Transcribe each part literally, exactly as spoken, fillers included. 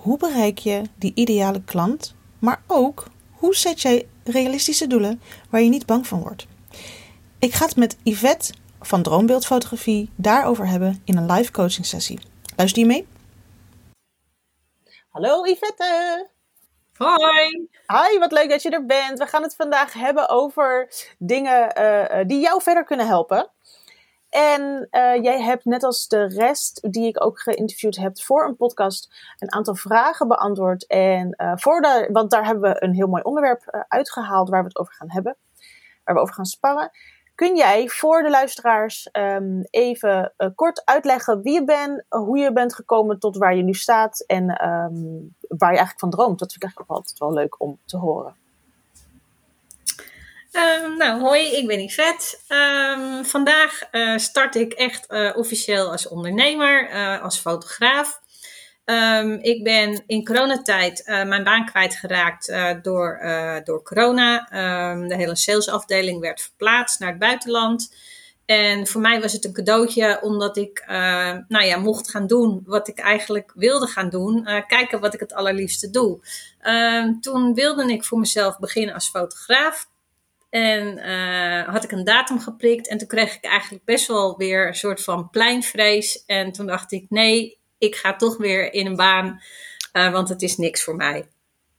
hoe bereik je die ideale klant, maar ook hoe zet jij realistische doelen waar je niet bang van wordt. Ik ga het met Yvette van Droombeeldfotografie daarover hebben in een live coaching sessie. Luister je mee? Hallo Yvette! Hoi! Hi, wat leuk dat je er bent. We gaan het vandaag hebben over dingen uh, die jou verder kunnen helpen. En uh, jij hebt net als de rest die ik ook geïnterviewd heb voor een podcast een aantal vragen beantwoord. En uh, voor de, want daar hebben we een heel mooi onderwerp uh, uitgehaald waar we het over gaan hebben. Waar we over gaan sparren. Kun jij voor de luisteraars um, even uh, kort uitleggen wie je bent, hoe je bent gekomen tot waar je nu staat en um, waar je eigenlijk van droomt? Dat vind ik eigenlijk ook altijd wel leuk om te horen. Uh, nou, hoi, ik ben Yvette. Uh, vandaag uh, start ik echt uh, officieel als ondernemer, uh, als fotograaf. Um, ik ben in coronatijd uh, mijn baan kwijtgeraakt uh, door, uh, door corona. Um, de hele salesafdeling werd verplaatst naar het buitenland. En voor mij was het een cadeautje omdat ik uh, nou ja, mocht gaan doen wat ik eigenlijk wilde gaan doen. Uh, kijken wat ik het allerliefste doe. Uh, toen wilde ik voor mezelf beginnen als fotograaf. En uh, had ik een datum geprikt. En toen kreeg ik eigenlijk best wel weer een soort van pleinvrees. En toen dacht ik, nee, ik ga toch weer in een baan. Uh, want het is niks voor mij.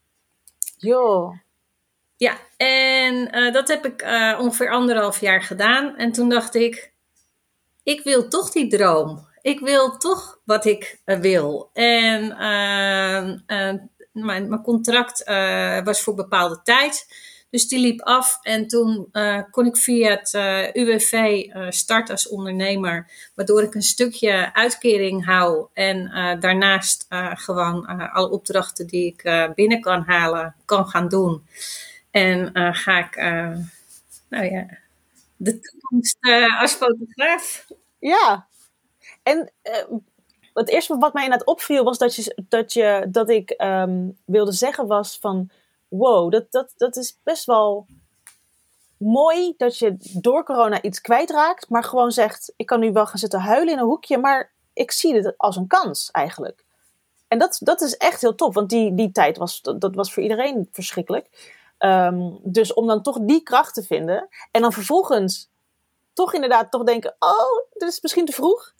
Jo. Ja, en uh, dat heb ik uh, ongeveer anderhalf jaar gedaan. En toen dacht ik, ik wil toch die droom. Ik wil toch wat ik uh, wil. En uh, uh, mijn, mijn contract uh, was voor bepaalde tijd. Dus die liep af en toen uh, kon ik via het uh, U W V uh, starten als ondernemer. Waardoor ik een stukje uitkering hou. En uh, daarnaast uh, gewoon uh, alle opdrachten die ik uh, binnen kan halen, kan gaan doen. En uh, ga ik, uh, nou ja, de toekomst uh, als fotograaf. Ja, en uh, het eerste wat mij inderdaad opviel was dat, je, dat, je, dat ik um, wilde zeggen was van... Wow, dat, dat, dat is best wel mooi dat je door corona iets kwijtraakt, maar gewoon zegt, ik kan nu wel gaan zitten huilen in een hoekje, maar ik zie dit als een kans eigenlijk. En dat, dat is echt heel top, want die, die tijd was, dat, dat was voor iedereen verschrikkelijk. Um, dus om dan toch die kracht te vinden en dan vervolgens toch inderdaad toch denken, oh, dit is misschien te vroeg.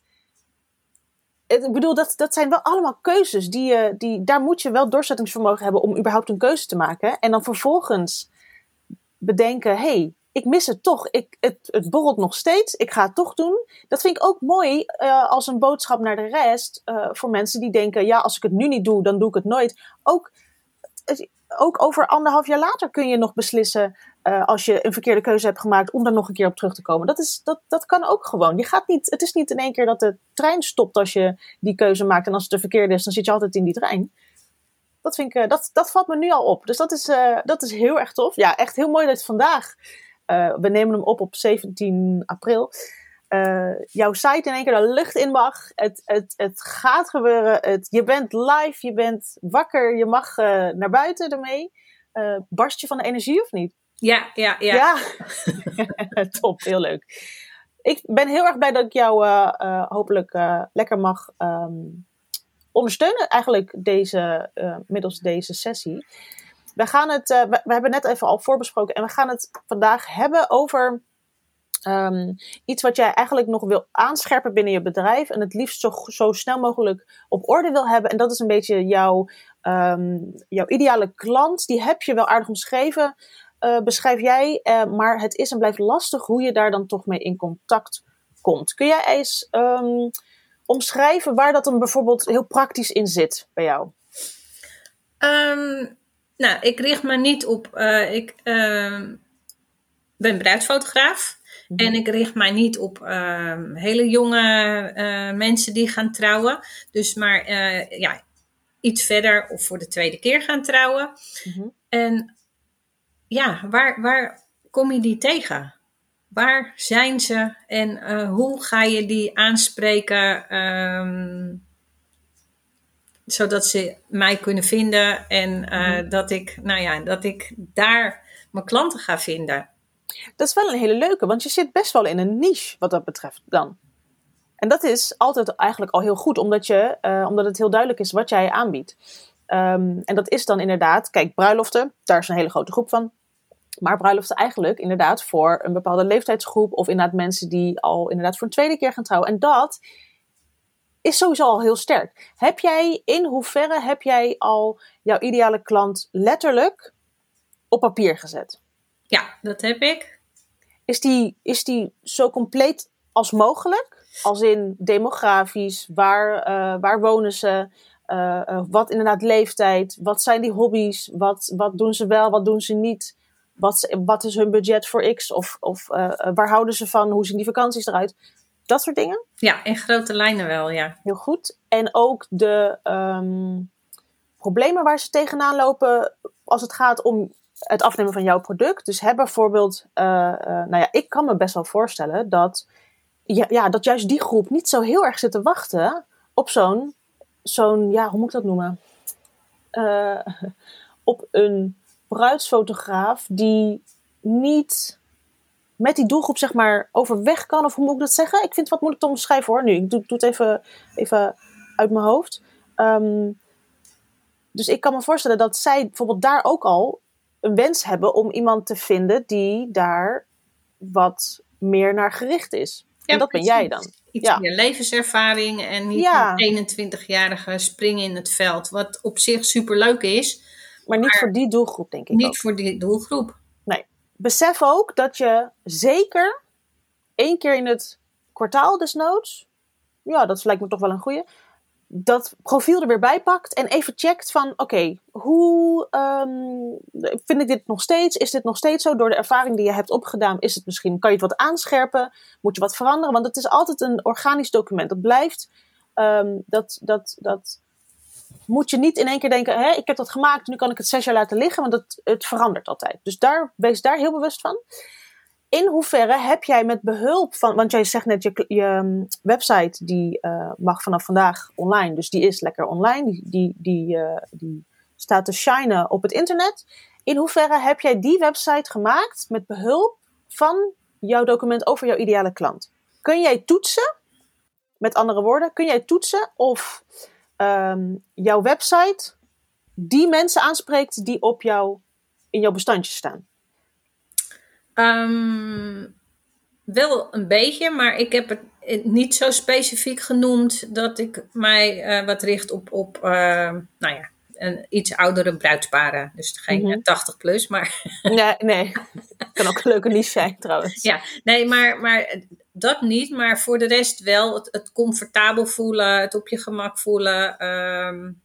Ik bedoel, dat, dat zijn wel allemaal keuzes. Die, uh, die, daar moet je wel doorzettingsvermogen hebben om überhaupt een keuze te maken. En dan vervolgens bedenken, hé, hey, ik mis het toch. Ik, het, het borrelt nog steeds. Ik ga het toch doen. Dat vind ik ook mooi uh, als een boodschap naar de rest. Uh, voor mensen die denken, ja, als ik het nu niet doe, dan doe ik het nooit. Ook, ook over anderhalf jaar later kun je nog beslissen... Uh, als je een verkeerde keuze hebt gemaakt om daar nog een keer op terug te komen. Dat, is, dat, dat kan ook gewoon. Je gaat niet, het is niet in één keer dat de trein stopt als je die keuze maakt. En als het de verkeerde is, dan zit je altijd in die trein. Dat, vind ik, uh, dat, dat valt me nu al op. Dus dat is, uh, dat is heel erg tof. Ja, echt heel mooi dat vandaag... Uh, we nemen hem op op zeventien april. Uh, jouw site in één keer de lucht in mag. Het, het, het gaat gebeuren. Het, je bent live, je bent wakker. Je mag uh, naar buiten ermee. Uh, barst je van de energie of niet? Ja, ja, ja. Ja, top, heel leuk. Ik ben heel erg blij dat ik jou uh, uh, hopelijk uh, lekker mag um, ondersteunen, eigenlijk deze, uh, middels deze sessie. We, gaan het, uh, we, we hebben het net even al voorbesproken en we gaan het vandaag hebben over um, iets wat jij eigenlijk nog wil aanscherpen binnen je bedrijf en het liefst zo, zo snel mogelijk op orde wil hebben. En dat is een beetje jouw, um, jouw ideale klant. Die heb je wel aardig omschreven. Uh, beschrijf jij, uh, maar het is en blijft lastig hoe je daar dan toch mee in contact komt. Kun jij eens um, omschrijven waar dat dan bijvoorbeeld heel praktisch in zit bij jou? Um, nou, ik richt me niet op... Uh, ik uh, ben bruidsfotograaf. Mm-hmm. En ik richt mij niet op uh, hele jonge uh, mensen die gaan trouwen. Dus maar uh, ja, iets verder of voor de tweede keer gaan trouwen. Mm-hmm. En... Ja, waar, waar kom je die tegen? Waar zijn ze en uh, hoe ga je die aanspreken um, zodat ze mij kunnen vinden en uh, mm-hmm. dat, ik, nou ja, dat ik daar mijn klanten ga vinden? Dat is wel een hele leuke, want je zit best wel in een niche wat dat betreft dan. En dat is altijd eigenlijk al heel goed, omdat, je, uh, omdat het heel duidelijk is wat jij aanbiedt. Um, en dat is dan inderdaad, kijk, bruiloften, daar is een hele grote groep van. Maar bruiloften eigenlijk inderdaad voor een bepaalde leeftijdsgroep. Of inderdaad mensen die al inderdaad voor een tweede keer gaan trouwen. En dat is sowieso al heel sterk. Heb jij, in hoeverre heb jij al jouw ideale klant letterlijk op papier gezet? Ja, dat heb ik. Is die, is die zo compleet als mogelijk? Als in demografisch, waar, uh, waar wonen ze? Uh, uh, wat inderdaad leeftijd? Wat zijn die hobby's? Wat, wat doen ze wel, wat doen ze niet? Wat, wat is hun budget voor X? Of, of uh, waar houden ze van? Hoe zien die vakanties eruit? Dat soort dingen? Ja, in grote lijnen wel, ja. Heel goed. En ook de um, problemen waar ze tegenaan lopen als het gaat om het afnemen van jouw product. Dus heb bijvoorbeeld, uh, uh, nou ja, ik kan me best wel voorstellen dat, ja, ja, dat juist die groep niet zo heel erg zit te wachten op zo'n, zo'n ja, hoe moet ik dat noemen? Uh, op een bruidsfotograaf die niet met die doelgroep zeg maar overweg kan, of hoe moet ik dat zeggen? Ik vind het wat moeilijk te omschrijven hoor, nu. Ik doe, doe het even, even uit mijn hoofd. Um, dus ik kan me voorstellen dat zij bijvoorbeeld daar ook al een wens hebben om iemand te vinden die daar wat meer naar gericht is. Ja, en dat precies. Ben jij dan. Iets ja. meer levenservaring en niet ja. een eenentwintigjarige springen in het veld. Wat op zich superleuk is. Maar niet maar voor die doelgroep, denk ik Niet ook. voor die doelgroep. Nee. Besef ook dat je zeker één keer in het kwartaal desnoods, ja, dat lijkt me toch wel een goeie, dat profiel er weer bij pakt en even checkt van, oké, okay, hoe um, vind ik dit nog steeds? Is dit nog steeds zo? Door de ervaring die je hebt opgedaan, is het misschien, kan je het wat aanscherpen? Moet je wat veranderen? Want het is altijd een organisch document. Dat blijft, um, dat, dat, dat moet je niet in één keer denken, hè, ik heb dat gemaakt, nu kan ik het zes jaar laten liggen, want het, het verandert altijd. Dus daar, wees daar heel bewust van. In hoeverre heb jij met behulp van, want jij zegt net, je, je website die uh, mag vanaf vandaag online, dus die is lekker online, die, die, die, uh, die staat te shinen op het internet. In hoeverre heb jij die website gemaakt met behulp van jouw document over jouw ideale klant? Kun jij toetsen, met andere woorden, kun jij toetsen of um, jouw website die mensen aanspreekt die op jou, in jouw bestandje staan? Um, wel een beetje, maar ik heb het niet zo specifiek genoemd dat ik mij uh, wat richt op, op uh, nou ja, een iets oudere bruidsparen. Dus geen mm-hmm. tachtig plus, maar... Nee, nee. Kan ook een leuke niche zijn trouwens. Ja, nee, maar, maar dat niet. Maar voor de rest wel het, het comfortabel voelen, het op je gemak voelen. Um,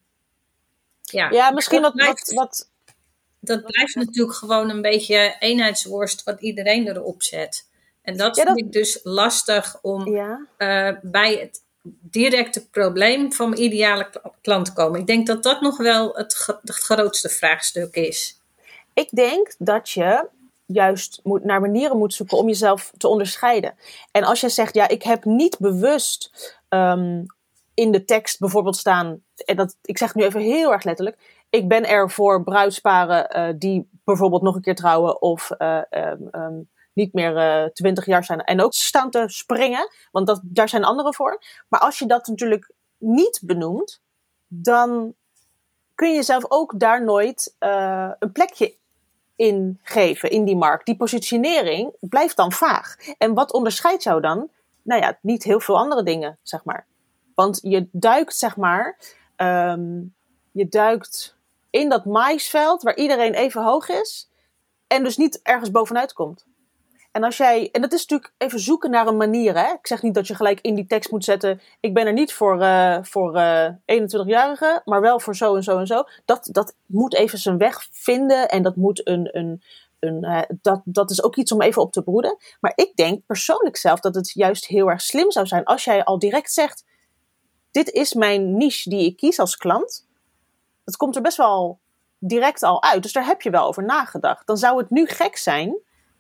ja, ja, misschien wat... wat, wat Dat blijft natuurlijk gewoon een beetje eenheidsworst wat iedereen erop zet. En dat ja, vind dat... ik dus lastig om ja. uh, bij het directe probleem van mijn ideale klant te komen. Ik denk dat dat nog wel het, ge- het grootste vraagstuk is. Ik denk dat je juist moet, naar manieren moet zoeken om jezelf te onderscheiden. En als je zegt, ja, ik heb niet bewust um, in de tekst bijvoorbeeld staan, en dat, ik zeg het nu even heel erg letterlijk, ik ben er voor bruidsparen uh, die bijvoorbeeld nog een keer trouwen of uh, um, um, niet meer twintig jaar zijn en ook staan te springen, want dat, daar zijn anderen voor. Maar als je dat natuurlijk niet benoemt, dan kun je jezelf ook daar nooit uh, een plekje in geven, in die markt. Die positionering blijft dan vaag. En wat onderscheidt jou dan? Nou ja, niet heel veel andere dingen, zeg maar. Want je duikt, zeg maar, um, je duikt in dat maïsveld waar iedereen even hoog is en dus niet ergens bovenuit komt. En als jij, en dat is natuurlijk even zoeken naar een manier, hè. Ik zeg niet dat je gelijk in die tekst moet zetten, ik ben er niet voor, uh, voor uh, eenentwintigjarigen, maar wel voor zo en zo en zo. Dat, dat moet even zijn weg vinden en dat moet een, een, een uh, dat, dat is ook iets om even op te broeden. Maar ik denk persoonlijk zelf dat het juist heel erg slim zou zijn als jij al direct zegt, dit is mijn niche die ik kies als klant. Dat komt er best wel direct al uit, dus daar heb je wel over nagedacht. Dan zou het nu gek zijn.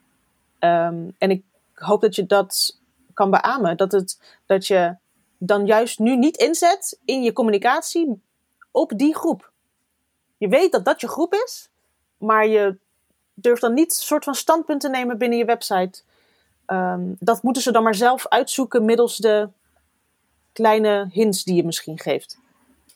Um, en ik hoop dat je dat kan beamen. Dat, het, dat je dan juist nu niet inzet in je communicatie op die groep. Je weet dat dat je groep is. Maar je durft dan niet een soort van standpunt te nemen binnen je website. Um, dat moeten ze dan maar zelf uitzoeken middels de kleine hints die je misschien geeft.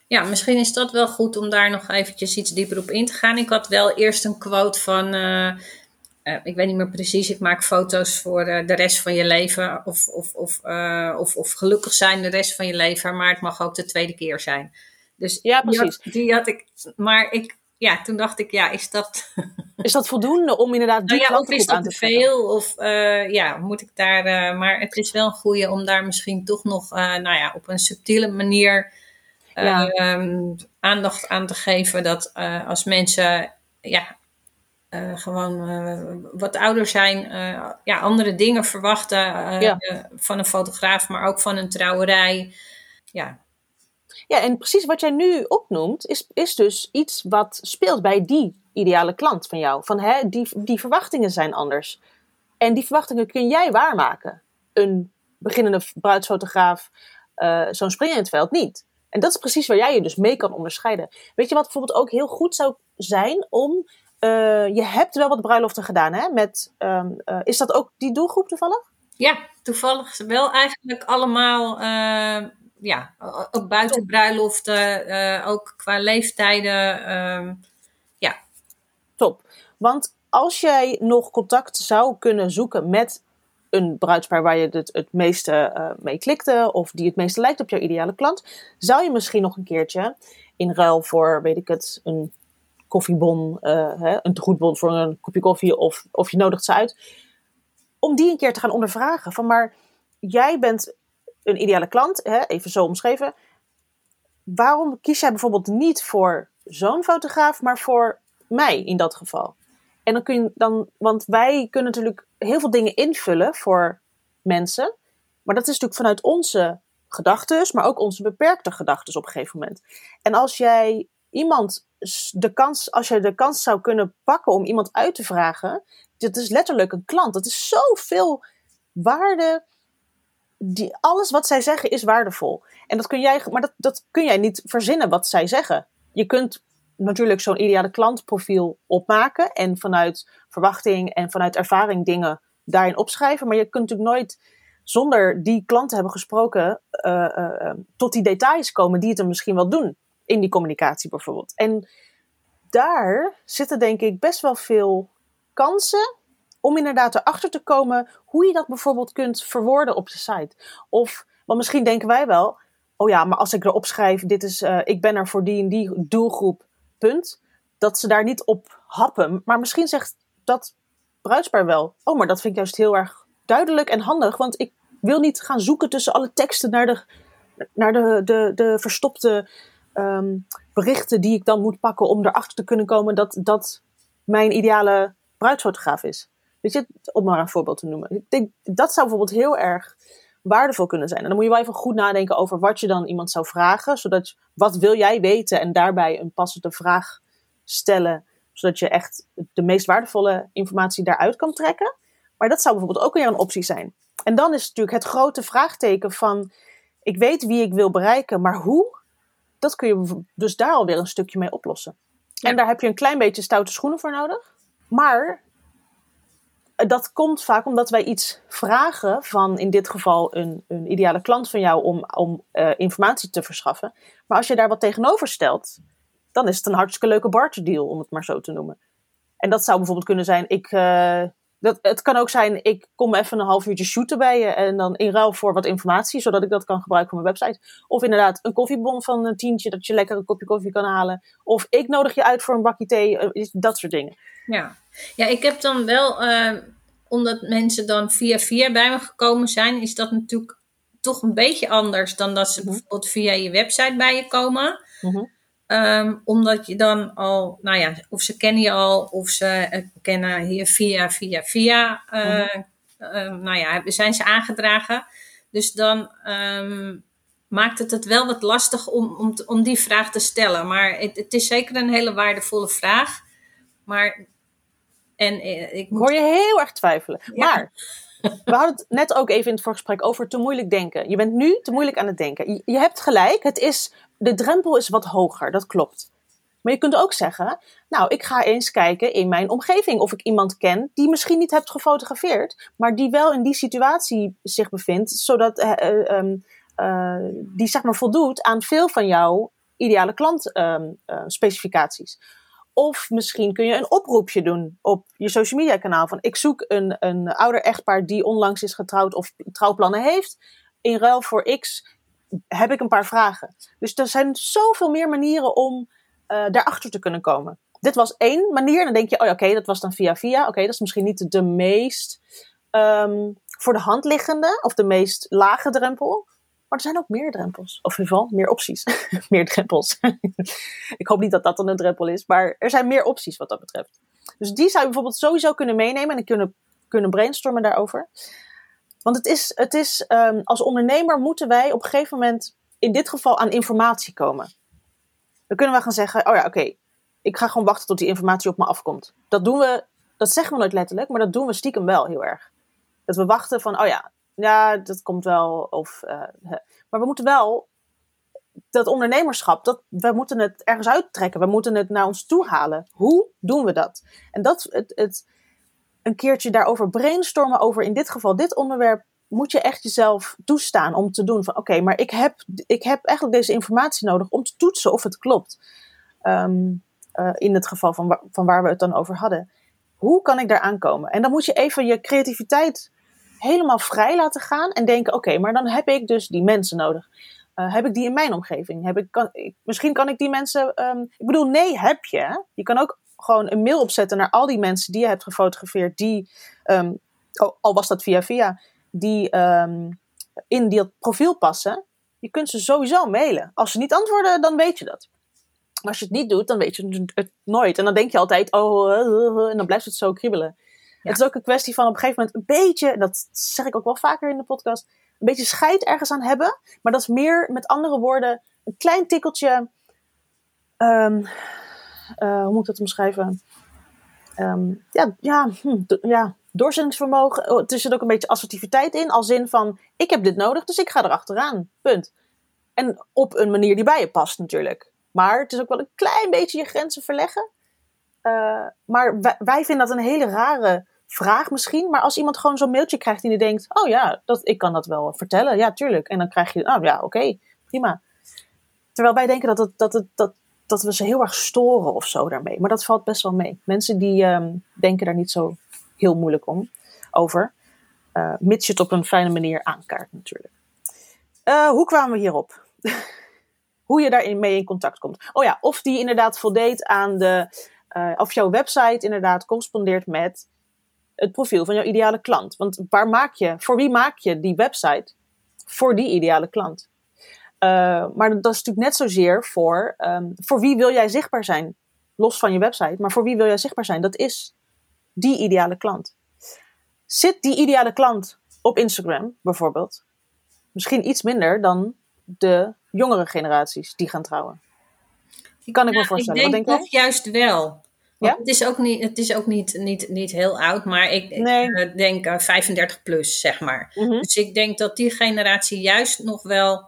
Ja, misschien is dat wel goed om daar nog eventjes iets dieper op in te gaan. Ik had wel eerst een quote van, uh, uh, ik weet niet meer precies, ik maak foto's voor uh, de rest van je leven. Of, of, of, uh, of, of gelukkig zijn de rest van je leven, maar het mag ook de tweede keer zijn. Dus Ja, die precies. had, die had ik, maar ik, ja, toen dacht ik, ja, is dat... Is dat voldoende om inderdaad die nou ja, klantengroep aan te trekken? trekken? Of is dat te veel? Of uh, ja, moet ik daar... Uh, maar het is wel een goeie om daar misschien toch nog, uh, nou ja, op een subtiele manier... Ja. Um, aandacht aan te geven dat uh, als mensen ja, uh, gewoon uh, wat ouder zijn, uh, ja, andere dingen verwachten uh, ja. uh, van een fotograaf, maar ook van een trouwerij. Ja. Ja, en precies wat jij nu opnoemt, is, is dus iets wat speelt bij die ideale klant van jou. Van, hè, die, die verwachtingen zijn anders. En die verwachtingen kun jij waarmaken. Een beginnende bruidsfotograaf, uh, zo'n springer in het veld niet. En dat is precies waar jij je dus mee kan onderscheiden. Weet je wat bijvoorbeeld ook heel goed zou zijn om... Uh, je hebt wel wat bruiloften gedaan, hè? Met, um, uh, is dat ook die doelgroep toevallig? Ja, toevallig wel eigenlijk allemaal... Uh, ja, ook buiten bruiloften, uh, ook qua leeftijden. Uh, ja. Top. Want als jij nog contact zou kunnen zoeken met... een bruidspaar waar je het, het meeste uh, mee klikte... of die het meeste lijkt op jouw ideale klant... zou je misschien nog een keertje... in ruil voor, weet ik het... een koffiebon, uh, hè, een tegoedbon voor een kopje koffie... Of, of je nodigt ze uit... om die een keer te gaan ondervragen. Van maar, jij bent een ideale klant... Hè, even zo omschreven... waarom kies jij bijvoorbeeld niet voor zo'n fotograaf... maar voor mij in dat geval? En dan kun je dan... want wij kunnen natuurlijk... heel veel dingen invullen voor mensen. Maar dat is natuurlijk vanuit onze gedachtes, maar ook onze beperkte gedachtes op een gegeven moment. En als jij iemand de kans, als je de kans zou kunnen pakken om iemand uit te vragen, dit is letterlijk een klant. Dat is zoveel waarde. Die, alles wat zij zeggen is waardevol. En dat kun jij, maar dat, dat kun jij niet verzinnen wat zij zeggen. Je kunt natuurlijk zo'n ideale klantprofiel opmaken en vanuit verwachting en vanuit ervaring dingen daarin opschrijven. Maar je kunt natuurlijk nooit zonder die klant te hebben gesproken uh, uh, tot die details komen die het er misschien wel doen in die communicatie bijvoorbeeld. En daar zitten denk ik best wel veel kansen om inderdaad erachter te komen hoe je dat bijvoorbeeld kunt verwoorden op je site. Of, want misschien denken wij wel, oh ja, maar als ik erop schrijf, dit is, uh, ik ben er voor die en die doelgroep, punt, dat ze daar niet op happen. Maar misschien zegt dat bruidspaar wel, oh, maar dat vind ik juist heel erg duidelijk en handig, want ik wil niet gaan zoeken tussen alle teksten naar de, naar de, de, de verstopte um, berichten die ik dan moet pakken om erachter te kunnen komen dat dat mijn ideale bruidsfotograaf is. Weet je, om maar een voorbeeld te noemen. Ik denk, dat zou bijvoorbeeld heel erg waardevol kunnen zijn. En dan moet je wel even goed nadenken over wat je dan iemand zou vragen. Zodat, wat wil jij weten? En daarbij een passende vraag stellen. Zodat je echt de meest waardevolle informatie daaruit kan trekken. Maar dat zou bijvoorbeeld ook weer een optie zijn. En dan is natuurlijk het grote vraagteken van, ik weet wie ik wil bereiken, maar hoe? Dat kun je dus daar alweer een stukje mee oplossen. Ja. En daar heb je een klein beetje stoute schoenen voor nodig. Maar dat komt vaak omdat wij iets vragen van in dit geval een, een ideale klant van jou om, om uh, informatie te verschaffen. Maar als je daar wat tegenover stelt, dan is het een hartstikke leuke barterdeal, om het maar zo te noemen. En dat zou bijvoorbeeld kunnen zijn, ik, uh, dat, het kan ook zijn, ik kom even een half uurtje shooten bij je en dan in ruil voor wat informatie, zodat ik dat kan gebruiken voor mijn website. Of inderdaad een koffiebon van een tientje, dat je lekker een kopje koffie kan halen. Of ik nodig je uit voor een bakje thee, uh, dat soort dingen. Ja, ja, ik heb dan wel, uh, omdat mensen dan via via bij me gekomen zijn, is dat natuurlijk toch een beetje anders dan dat ze mm-hmm. bijvoorbeeld via je website bij je komen. Mm-hmm. Um, omdat je dan al, nou ja, of ze kennen je al, of ze uh, kennen je via, via, via, uh, mm-hmm. uh, nou ja, zijn ze aangedragen. Dus dan um, maakt het het wel wat lastig om, om, om die vraag te stellen. Maar het, het is zeker een hele waardevolle vraag. Maar, en uh, ik moet... hoor je heel erg twijfelen. Ja. Maar, we hadden het net ook even in het voorgesprek over te moeilijk denken. Je bent nu te moeilijk aan het denken. Je, je hebt gelijk, het is... de drempel is wat hoger, dat klopt. Maar je kunt ook zeggen, nou, ik ga eens kijken in mijn omgeving of ik iemand ken die misschien niet hebt gefotografeerd, maar die wel in die situatie zich bevindt, zodat uh, uh, uh, die zeg maar voldoet aan veel van jouw ideale klant um, uh, specificaties. Of misschien kun je een oproepje doen op je social media kanaal. Van ik zoek een, een ouder echtpaar die onlangs is getrouwd of trouwplannen heeft. In ruil voor X heb ik een paar vragen. Dus er zijn zoveel meer manieren om uh, daarachter te kunnen komen. Dit was één manier. Dan denk je, oh ja, oké, okay, dat was dan via via. Oké, okay, dat is misschien niet de meest um, voor de hand liggende of de meest lage drempel. Maar er zijn ook meer drempels. Of in ieder geval meer opties. meer drempels. Ik hoop niet dat dat dan een drempel is. Maar er zijn meer opties wat dat betreft. Dus die zou je bijvoorbeeld sowieso kunnen meenemen. En kunnen, kunnen brainstormen daarover. Want het is, het is um, als ondernemer moeten wij op een gegeven moment in dit geval aan informatie komen. Dan kunnen we gaan zeggen, oh ja, oké. Okay, ik ga gewoon wachten tot die informatie op me afkomt. Dat doen we, dat zeggen we nooit letterlijk. Maar dat doen we stiekem wel heel erg. Dat we wachten van, oh ja. Ja, dat komt wel. Of, uh, maar we moeten wel, dat ondernemerschap, dat, we moeten het ergens uittrekken. We moeten het naar ons toe halen. Hoe doen we dat? En dat, het, het een keertje daarover brainstormen over in dit geval dit onderwerp, moet je echt jezelf toestaan om te doen van oké, okay, maar ik heb, ik heb eigenlijk deze informatie nodig om te toetsen of het klopt. Um, uh, in het geval van, wa- van waar we het dan over hadden. Hoe kan ik daar aankomen? En dan moet je even je creativiteit helemaal vrij laten gaan en denken, oké, okay, maar dan heb ik dus die mensen nodig. Uh, heb ik die in mijn omgeving? Heb ik, kan, ik, misschien kan ik die mensen, um, ik bedoel, nee, heb je. Hè? Je kan ook gewoon een mail opzetten naar al die mensen die je hebt gefotografeerd, die, um, al, al was dat via via, die um, in dat profiel passen. Je kunt ze sowieso mailen. Als ze niet antwoorden, dan weet je dat. Maar als je het niet doet, dan weet je het nooit. En dan denk je altijd, oh, uh, uh, uh, en dan blijft het zo kriebelen. Ja. Het is ook een kwestie van op een gegeven moment een beetje, dat zeg ik ook wel vaker in de podcast, een beetje scheid ergens aan hebben. Maar dat is meer, met andere woorden, een klein tikkeltje, um, uh, hoe moet ik dat omschrijven? Um, ja, ja, hm, do, ja, doorzettingsvermogen. Oh, er zit ook een beetje assertiviteit in, als in van, ik heb dit nodig, dus ik ga erachteraan. Punt. En op een manier die bij je past natuurlijk. Maar het is ook wel een klein beetje je grenzen verleggen. Uh, maar wij, wij vinden dat een hele rare vraag misschien. Maar als iemand gewoon zo'n mailtje krijgt en die denkt, oh ja, dat, ik kan dat wel vertellen. Ja, tuurlijk. En dan krijg je, oh ja, oké, okay, prima. Terwijl wij denken dat, het, dat, het, dat, dat we ze heel erg storen of zo daarmee. Maar dat valt best wel mee. Mensen die um, denken daar niet zo heel moeilijk om over. Uh, mits je het op een fijne manier aankaart natuurlijk. Uh, hoe kwamen we hierop? Hoe je daarin mee in contact komt. Oh ja, of die inderdaad voldeed aan de, uh, of jouw website inderdaad correspondeert met het profiel van jouw ideale klant. Want waar maak je, voor wie maak je die website? Voor die ideale klant. Uh, maar dat is natuurlijk net zozeer voor, um, voor wie wil jij zichtbaar zijn? Los van je website, maar voor wie wil jij zichtbaar zijn? Dat is die ideale klant. Zit die ideale klant op Instagram bijvoorbeeld? Misschien iets minder dan de jongere generaties die gaan trouwen. Die kan ik ja, me voorstellen. Ik denk Wat denk toch juist wel. Want ja? Het is ook, niet, het is ook niet, niet, niet heel oud, maar ik, nee. ik uh, denk uh, vijfendertig plus, zeg maar. Mm-hmm. Dus ik denk dat die generatie juist nog wel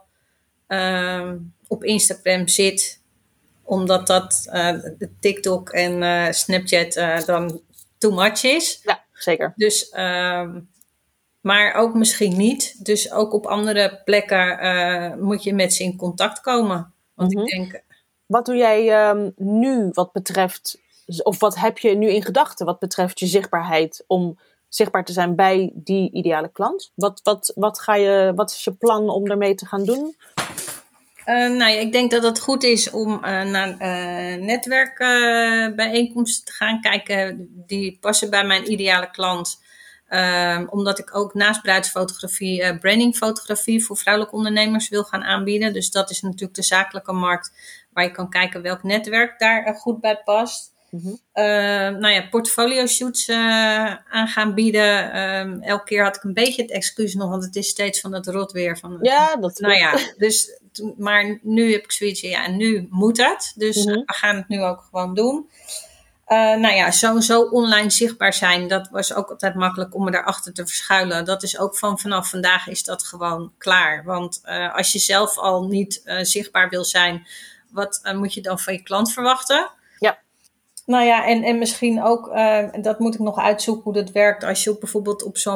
uh, op Instagram zit, omdat dat uh, TikTok en uh, Snapchat uh, dan too much is. Ja, zeker. Dus, uh, maar ook misschien niet. Dus ook op andere plekken uh, moet je met ze in contact komen. Want mm-hmm. ik denk... Wat doe jij um, nu wat betreft, of wat heb je nu in gedachten wat betreft je zichtbaarheid om zichtbaar te zijn bij die ideale klant? Wat, wat, wat, ga je, wat is je plan om daarmee te gaan doen? Uh, nou ja, ik denk dat het goed is om uh, naar uh, netwerkbijeenkomsten uh, te gaan kijken. Die passen bij mijn ideale klant. Uh, omdat ik ook naast bruidsfotografie uh, brandingfotografie voor vrouwelijke ondernemers wil gaan aanbieden. Dus dat is natuurlijk de zakelijke markt waar je kan kijken welk netwerk daar uh, goed bij past. Mm-hmm. Uh, nou ja, portfolio shoots uh, aan gaan bieden. Um, elke keer had ik een beetje het excuus nog, want het is steeds van het rot weer. Van, ja, dat Nou ja, dus, maar nu heb ik zoiets, ja, nu moet het. Dus mm-hmm. uh, we gaan het nu ook gewoon doen. Uh, nou ja, sowieso online zichtbaar zijn, dat was ook altijd makkelijk om me daarachter te verschuilen. Dat is ook van vanaf vandaag is dat gewoon klaar. Want uh, als je zelf al niet uh, zichtbaar wil zijn, wat uh, moet je dan van je klant verwachten? Ja. Nou ja, en, en misschien ook, uh, dat moet ik nog uitzoeken hoe dat werkt. Als je op, bijvoorbeeld op zo'n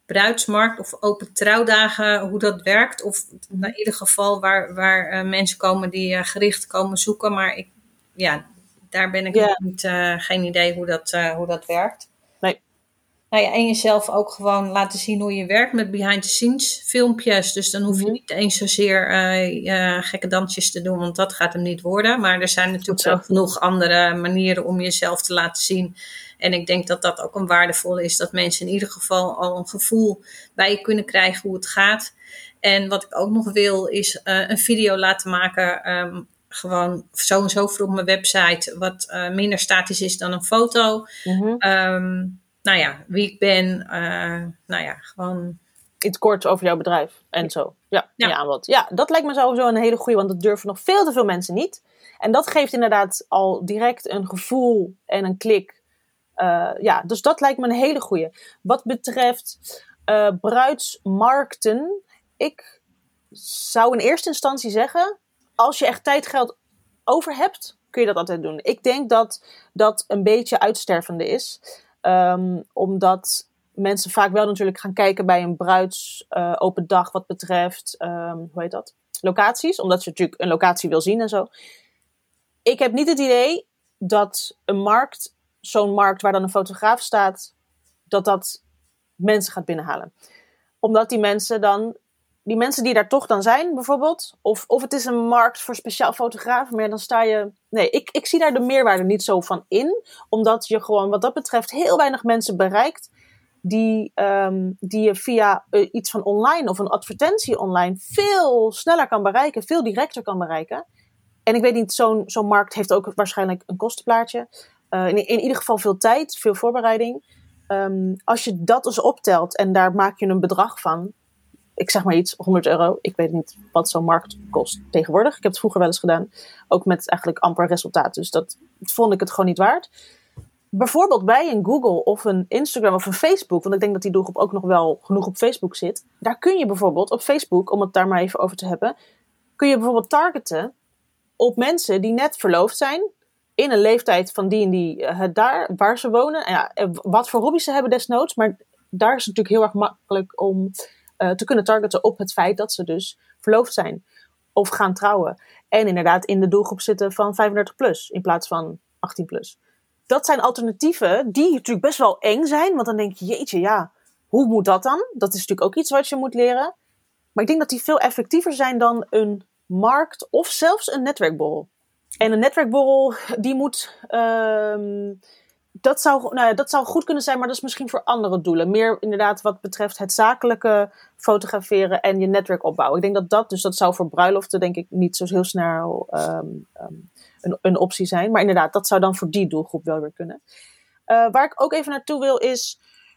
bruidsmarkt of open trouwdagen, hoe dat werkt. Of Mhm. in ieder geval waar, waar uh, mensen komen die uh, gericht komen zoeken. Maar ik, ja, daar ben ik Ja. nog niet, uh, geen idee hoe dat, uh, hoe dat werkt. Nee. Nou ja, en jezelf ook gewoon laten zien hoe je werkt met behind the scenes filmpjes. Dus dan hoef je Mhm. niet eens zozeer uh, uh, gekke dansjes te doen, want dat gaat hem niet worden. Maar er zijn natuurlijk wel genoeg andere manieren om jezelf te laten zien. En ik denk dat dat ook een waardevolle is, dat mensen in ieder geval al een gevoel bij je kunnen krijgen hoe het gaat. En wat ik ook nog wil, is uh, een video laten maken, um, gewoon zo en zo voor op mijn website, wat uh, minder statisch is dan een foto. Mhm. Um, nou ja, wie ik ben, uh, nou ja, gewoon... Iets kort over jouw bedrijf en zo. Ja, Ja. ja, aanbod. Ja, dat lijkt me sowieso een hele goeie, want dat durven nog veel te veel mensen niet. En dat geeft inderdaad al direct een gevoel en een klik. Uh, ja, dus dat lijkt me een hele goeie. Wat betreft uh, bruidsmarkten, ik zou in eerste instantie zeggen, als je echt tijd geld over hebt, kun je dat altijd doen. Ik denk dat dat een beetje uitstervende is. Um, omdat mensen vaak wel natuurlijk gaan kijken bij een bruids uh, open dag wat betreft, um, hoe heet dat? Locaties. Omdat je natuurlijk een locatie wil zien en zo. Ik heb niet het idee dat een markt, zo'n markt waar dan een fotograaf staat, dat dat mensen gaat binnenhalen. Omdat die mensen dan, die mensen die daar toch dan zijn bijvoorbeeld, of, of het is een markt voor speciaal fotografen, maar dan sta je, nee, ik, ik zie daar de meerwaarde niet zo van in, omdat je gewoon wat dat betreft heel weinig mensen bereikt die, um, die je via uh, iets van online of een advertentie online veel sneller kan bereiken, veel directer kan bereiken. En ik weet niet, zo'n, zo'n markt heeft ook waarschijnlijk een kostenplaatje. Uh, in, in ieder geval veel tijd, veel voorbereiding. Um, als je dat dus optelt en daar maak je een bedrag van, ik zeg maar iets, honderd euro. Ik weet niet wat zo'n markt kost tegenwoordig. Ik heb het vroeger wel eens gedaan. Ook met eigenlijk amper resultaat. Dus dat vond ik het gewoon niet waard. Bijvoorbeeld bij een Google of een Instagram of een Facebook, want ik denk dat die doelgroep ook nog wel genoeg op Facebook zit. Daar kun je bijvoorbeeld op Facebook, om het daar maar even over te hebben, kun je bijvoorbeeld targeten op mensen die net verloofd zijn, in een leeftijd van die en die, uh, daar waar ze wonen. En ja, wat voor hobby's ze hebben desnoods, maar daar is het natuurlijk heel erg makkelijk om uh, te kunnen targeten op het feit dat ze dus verloofd zijn of gaan trouwen. En inderdaad in de doelgroep zitten van vijfendertig plus in plaats van achttien plus. Dat zijn alternatieven die natuurlijk best wel eng zijn, want dan denk je, jeetje, ja, hoe moet dat dan? Dat is natuurlijk ook iets wat je moet leren. Maar ik denk dat die veel effectiever zijn dan een markt of zelfs een netwerkborrel. En een netwerkborrel, die moet, um, dat zou, nou ja, dat zou goed kunnen zijn, maar dat is misschien voor andere doelen. Meer inderdaad wat betreft het zakelijke fotograferen en je netwerk opbouwen. Ik denk dat dat, dus dat zou voor bruiloften denk ik niet zo heel snel um, um, een, een optie zijn. Maar inderdaad, dat zou dan voor die doelgroep wel weer kunnen. Uh, waar ik ook even naartoe wil is,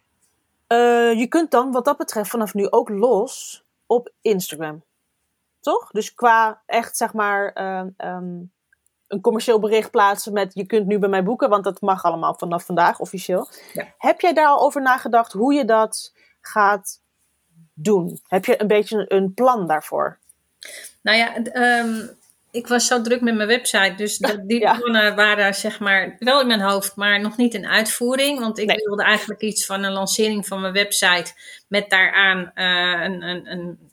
uh, je kunt dan wat dat betreft vanaf nu ook los op Instagram. Toch? Dus qua echt zeg maar uh, um, een commercieel bericht plaatsen met je kunt nu bij mij boeken, want dat mag allemaal vanaf vandaag officieel. Ja. Heb jij daar al over nagedacht hoe je dat gaat doen? Heb je een beetje een plan daarvoor? Nou ja, um, ik was zo druk met mijn website, dus dat die ja. plannen waren zeg maar wel in mijn hoofd, maar nog niet in uitvoering. Want ik nee. wilde eigenlijk iets van een lancering van mijn website met daaraan uh, een, een, een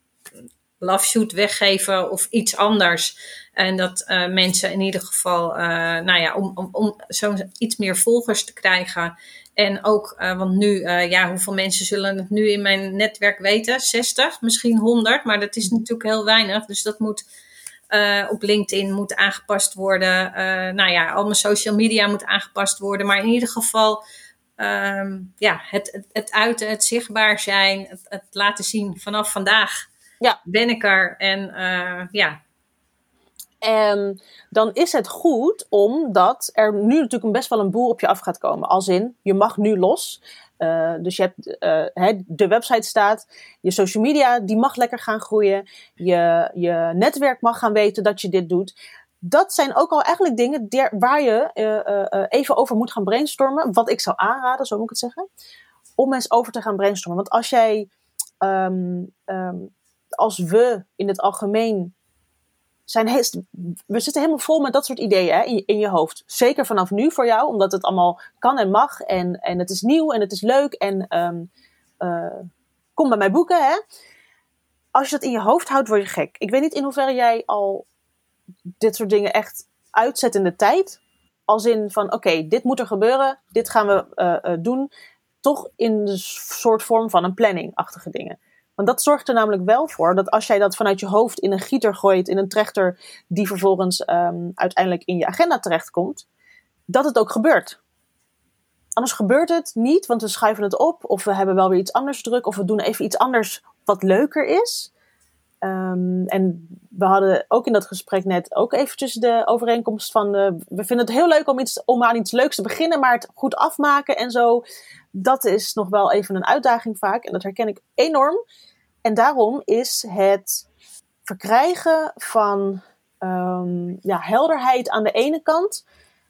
love shoot weggeven of iets anders. En dat uh, mensen in ieder geval, uh, nou ja, om, om, om zo iets meer volgers te krijgen. En ook, uh, want nu, uh, ja, hoeveel mensen zullen het nu in mijn netwerk weten? zestig, misschien honderd, maar dat is natuurlijk heel weinig. Dus dat moet uh, op LinkedIn moet aangepast worden. Uh, nou ja, al mijn social media moet aangepast worden. Maar in ieder geval, um, ja, het, het, het uiten, het zichtbaar zijn, het, het laten zien vanaf vandaag. Ja. Ben ik er en uh, ja. En dan is het goed omdat er nu natuurlijk best wel een boel op je af gaat komen. Als in, je mag nu los. Uh, dus je hebt, uh, he, de website staat, je social media, die mag lekker gaan groeien. Je, je netwerk mag gaan weten dat je dit doet. Dat zijn ook al eigenlijk dingen der, waar je uh, uh, even over moet gaan brainstormen. Wat ik zou aanraden, zo moet ik het zeggen. Om eens over te gaan brainstormen. Want als jij, um, um, als we in het algemeen zijn, we zitten helemaal vol met dat soort ideeën hè, in, in je hoofd. Zeker vanaf nu voor jou, omdat het allemaal kan en mag. En, en het is nieuw en het is leuk. En um, uh, kom bij mij boeken. Hè? Als je dat in je hoofd houdt, word je gek. Ik weet niet in hoeverre jij al dit soort dingen echt uitzet in de tijd. Als in van, oké, okay, dit moet er gebeuren. Dit gaan we uh, uh, doen. Toch in de soort vorm van een planning-achtige dingen. Want dat zorgt er namelijk wel voor dat als jij dat vanuit je hoofd in een gieter gooit, in een trechter, die vervolgens um, uiteindelijk in je agenda terechtkomt, dat het ook gebeurt. Anders gebeurt het niet, want we schuiven het op, of we hebben wel weer iets anders druk, of we doen even iets anders wat leuker is. Um, en we hadden ook in dat gesprek net ook eventjes de overeenkomst van, uh, we vinden het heel leuk om, iets, om aan iets leuks te beginnen, maar het goed afmaken en zo, dat is nog wel even een uitdaging vaak. En dat herken ik enorm. En daarom is het verkrijgen van um, ja, helderheid aan de ene kant,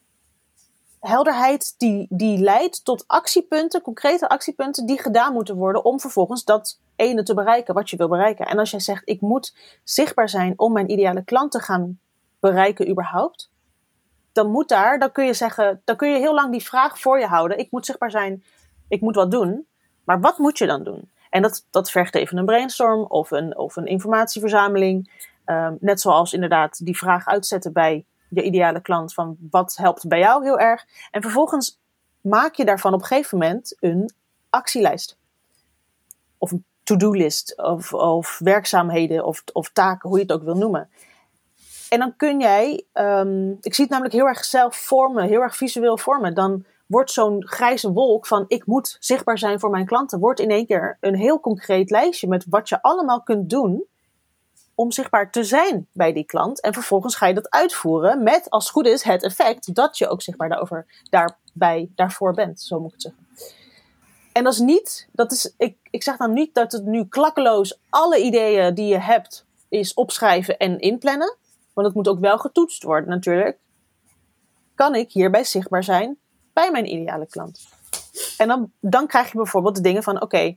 helderheid die, die leidt tot actiepunten, concrete actiepunten die gedaan moeten worden om vervolgens dat ene te bereiken wat je wil bereiken. En als jij zegt, ik moet zichtbaar zijn om mijn ideale klant te gaan bereiken überhaupt, dan moet daar, dan kun je zeggen, dan kun je heel lang die vraag voor je houden. Ik moet zichtbaar zijn, ik moet wat doen. Maar wat moet je dan doen? En dat, dat vergt even een brainstorm of een, of een informatieverzameling. Um, net zoals inderdaad die vraag uitzetten bij je ideale klant van wat helpt bij jou heel erg. En vervolgens maak je daarvan op een gegeven moment een actielijst. Of een to-do-list of, of werkzaamheden of, of taken, hoe je het ook wil noemen. En dan kun jij, um, ik zie het namelijk heel erg zelf vormen, heel erg visueel vormen. Dan wordt zo'n grijze wolk van ik moet zichtbaar zijn voor mijn klanten, wordt in één keer een heel concreet lijstje met wat je allemaal kunt doen om zichtbaar te zijn bij die klant. En vervolgens ga je dat uitvoeren met, als het goed is, het effect dat je ook zichtbaar daarover, daarbij, daarvoor bent, zo moet ik het zeggen. En dat is niet, dat is, ik, ik zeg dan niet dat het nu klakkeloos alle ideeën die je hebt is opschrijven en inplannen. Want het moet ook wel getoetst worden natuurlijk. Kan ik hierbij zichtbaar zijn bij mijn ideale klant? En dan, dan krijg je bijvoorbeeld de dingen van, oké, okay,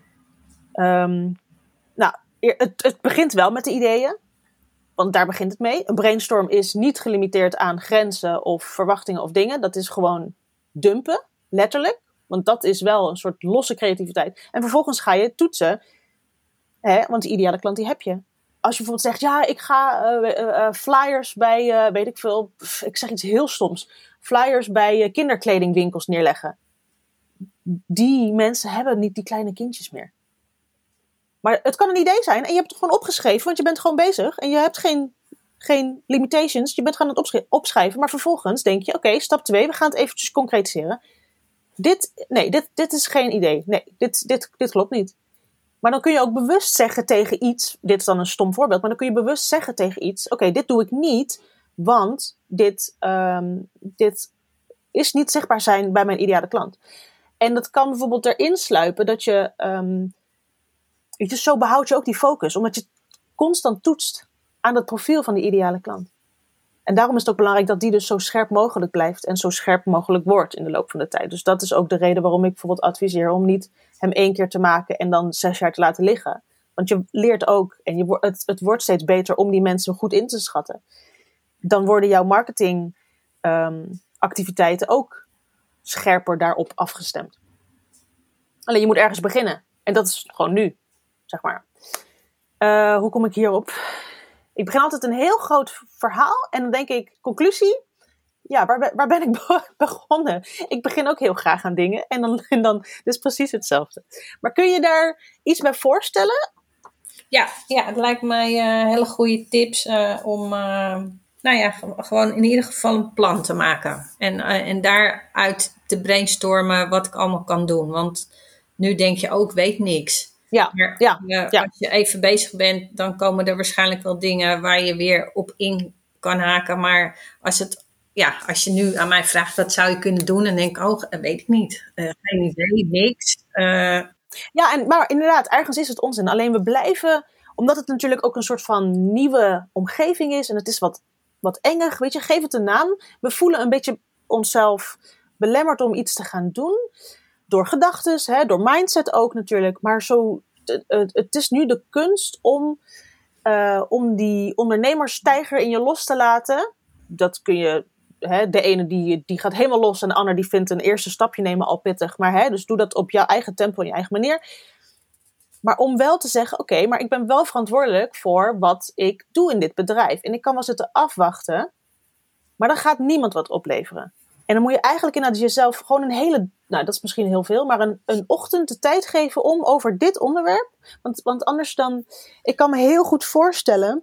um, nou, het, het begint wel met de ideeën. Want daar begint het mee. Een brainstorm is niet gelimiteerd aan grenzen of verwachtingen of dingen. Dat is gewoon dumpen, letterlijk. Want dat is wel een soort losse creativiteit. En vervolgens ga je toetsen. Hè, want die ideale klant die heb je. Als je bijvoorbeeld zegt, ja, ik ga uh, uh, flyers bij, uh, weet ik veel, pff, ik zeg iets heel stoms. Flyers bij uh, kinderkledingwinkels neerleggen. Die mensen hebben niet die kleine kindjes meer. Maar het kan een idee zijn en je hebt het gewoon opgeschreven, want je bent gewoon bezig. En je hebt geen, geen limitations, je bent gewoon aan het opsch- opschrijven. Maar vervolgens denk je, oké, okay, stap twee, we gaan het eventjes concretiseren. Dit, nee, dit, dit is geen idee. Nee, dit, dit, dit klopt niet. Maar dan kun je ook bewust zeggen tegen iets, dit is dan een stom voorbeeld, maar dan kun je bewust zeggen tegen iets, oké, okay, dit doe ik niet, want dit, um, dit is niet zichtbaar zijn bij mijn ideale klant. En dat kan bijvoorbeeld erin sluipen dat je, um, weet je, zo behoud je ook die focus, omdat je constant toetst aan het profiel van die ideale klant. En daarom is het ook belangrijk dat die dus zo scherp mogelijk blijft en zo scherp mogelijk wordt in de loop van de tijd. Dus dat is ook de reden waarom ik bijvoorbeeld adviseer om niet hem één keer te maken en dan zes jaar te laten liggen. Want je leert ook, en je, het, het wordt steeds beter om die mensen goed in te schatten. Dan worden jouw marketingactiviteiten um, ook scherper daarop afgestemd. Alleen je moet ergens beginnen. En dat is gewoon nu, zeg maar. Uh, hoe kom ik hierop? Ik begin altijd een heel groot verhaal en dan denk ik, conclusie, ja, waar, waar ben ik be- begonnen? Ik begin ook heel graag aan dingen en dan, en dan dus precies hetzelfde. Maar kun je daar iets bij voorstellen? Ja, ja, het lijkt mij uh, hele goede tips uh, om, uh, nou ja, g- gewoon in ieder geval een plan te maken. En, uh, en daaruit te brainstormen wat ik allemaal kan doen. Want nu denk je ook, weet niks. Ja, maar ja, uh, ja. als je even bezig bent, dan komen er waarschijnlijk wel dingen waar je weer op in kan haken. Maar als, het, ja, als je nu aan mij vraagt, wat zou je kunnen doen? Dan denk ik, oh, weet ik niet. Uh, geen idee, niks. Uh, Ja, en, maar inderdaad, ergens is het onzin. Alleen we blijven, omdat het natuurlijk ook een soort van nieuwe omgeving is. En het is wat, wat engig, weet je, geef het een naam. We voelen een beetje onszelf belemmerd om iets te gaan doen. Door gedachtes, hè, door mindset ook natuurlijk. Maar zo, het, het is nu de kunst om, uh, om die ondernemersstijger in je los te laten. Dat kun je hè, de ene die, die gaat helemaal los en de ander die vindt een eerste stapje nemen al pittig. Maar hè, dus doe dat op jouw eigen tempo en je eigen manier. Maar om wel te zeggen, oké, okay, maar ik ben wel verantwoordelijk voor wat ik doe in dit bedrijf. En ik kan wel zitten afwachten, maar dan gaat niemand wat opleveren. En dan moet je eigenlijk inderdaad jezelf gewoon een hele, nou dat is misschien heel veel, maar een, een ochtend de tijd geven om over dit onderwerp. Want, want anders dan, ik kan me heel goed voorstellen,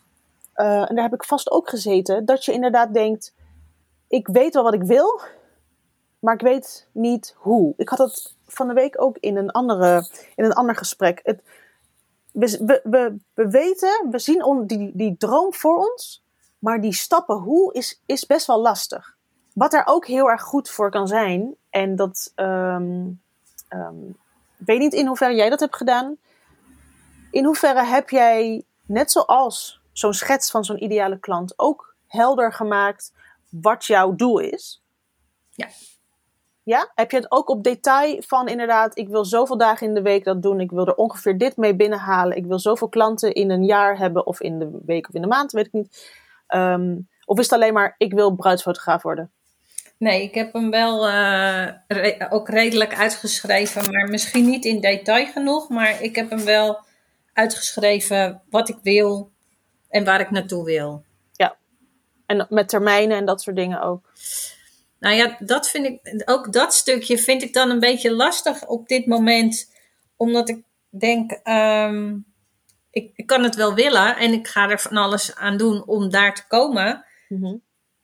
uh, en daar heb ik vast ook gezeten, dat je inderdaad denkt, ik weet wel wat ik wil, maar ik weet niet hoe. Ik had dat van de week ook in een, andere, in een ander gesprek. Het, we, we, we, we weten, we zien on, die, die droom voor ons, maar die stappen hoe is, is best wel lastig. Wat er ook heel erg goed voor kan zijn, en dat, um, um, ik weet niet in hoeverre jij dat hebt gedaan. In hoeverre heb jij, net zoals zo'n schets van zo'n ideale klant, ook helder gemaakt wat jouw doel is? Ja. Ja? Heb je het ook op detail van inderdaad, ik wil zoveel dagen in de week dat doen, ik wil er ongeveer dit mee binnenhalen, ik wil zoveel klanten in een jaar hebben, of in de week of in de maand, weet ik niet. Um, of is het alleen maar, ik wil bruidsfotograaf worden? Nee, ik heb hem wel uh, re- ook redelijk uitgeschreven, maar misschien niet in detail genoeg. Maar ik heb hem wel uitgeschreven wat ik wil en waar ik naartoe wil. Ja, en met termijnen en dat soort dingen ook. Nou ja, dat vind ik, ook dat stukje vind ik dan een beetje lastig op dit moment. Omdat ik denk, um, ik, ik kan het wel willen en ik ga er van alles aan doen om daar te komen. Mm-hmm.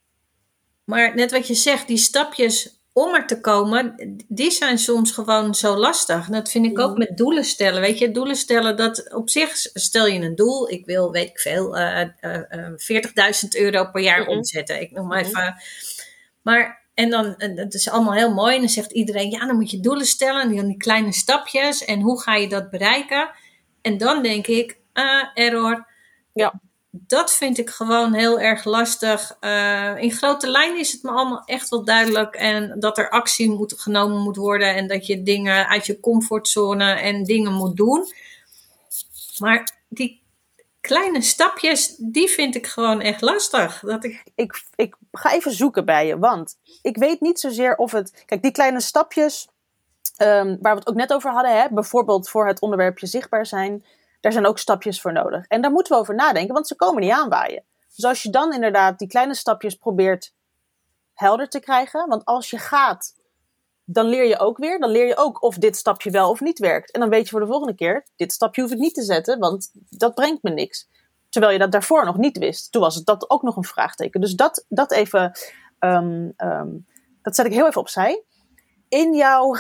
Maar net wat je zegt, die stapjes om er te komen, die zijn soms gewoon zo lastig. Dat vind ik ook met doelen stellen. Weet je, doelen stellen, dat op zich stel je een doel. Ik wil, weet ik veel, uh, uh, uh, veertigduizend euro per jaar mm-hmm. omzetten. Ik noem maar mm-hmm. even. Maar, en dan, het is allemaal heel mooi. En dan zegt iedereen, ja, dan moet je doelen stellen. En dan die kleine stapjes. En hoe ga je dat bereiken? En dan denk ik, uh, error. Ja. Dat vind ik gewoon heel erg lastig. Uh, in grote lijnen is het me allemaal echt wel duidelijk. En dat er actie moet, genomen moet worden. En dat je dingen uit je comfortzone en dingen moet doen. Maar die kleine stapjes, die vind ik gewoon echt lastig. Dat ik... Ik, ik ga even zoeken bij je. Want ik weet niet zozeer of het... Kijk, die kleine stapjes, um, waar we het ook net over hadden. Hè, bijvoorbeeld voor het onderwerpje zichtbaar zijn. Daar zijn ook stapjes voor nodig. En daar moeten we over nadenken, want ze komen niet aanwaaien. Dus als je dan inderdaad die kleine stapjes probeert helder te krijgen. Want als je gaat, dan leer je ook weer. Dan leer je ook of dit stapje wel of niet werkt. En dan weet je voor de volgende keer, dit stapje hoef ik niet te zetten, want dat brengt me niks. Terwijl je dat daarvoor nog niet wist. Toen was het dat ook nog een vraagteken. Dus dat, dat even, um, um, dat zet ik heel even opzij. In jouw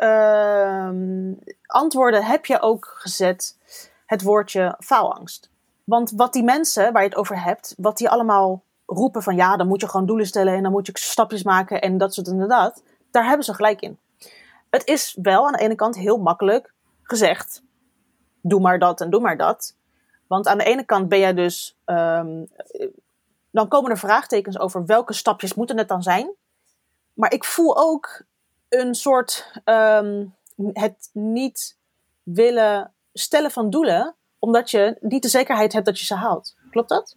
um, antwoorden heb je ook gezet het woordje faalangst. Want wat die mensen waar je het over hebt, wat die allemaal roepen van ja, dan moet je gewoon doelen stellen en dan moet je stapjes maken en dat soort en dat, daar hebben ze gelijk in. Het is wel aan de ene kant heel makkelijk gezegd, doe maar dat en doe maar dat. Want aan de ene kant ben jij dus, um, dan komen er vraagtekens over welke stapjes moeten het dan zijn. Maar ik voel ook een soort um, het niet willen stellen van doelen, omdat je niet de zekerheid hebt dat je ze haalt. Klopt dat?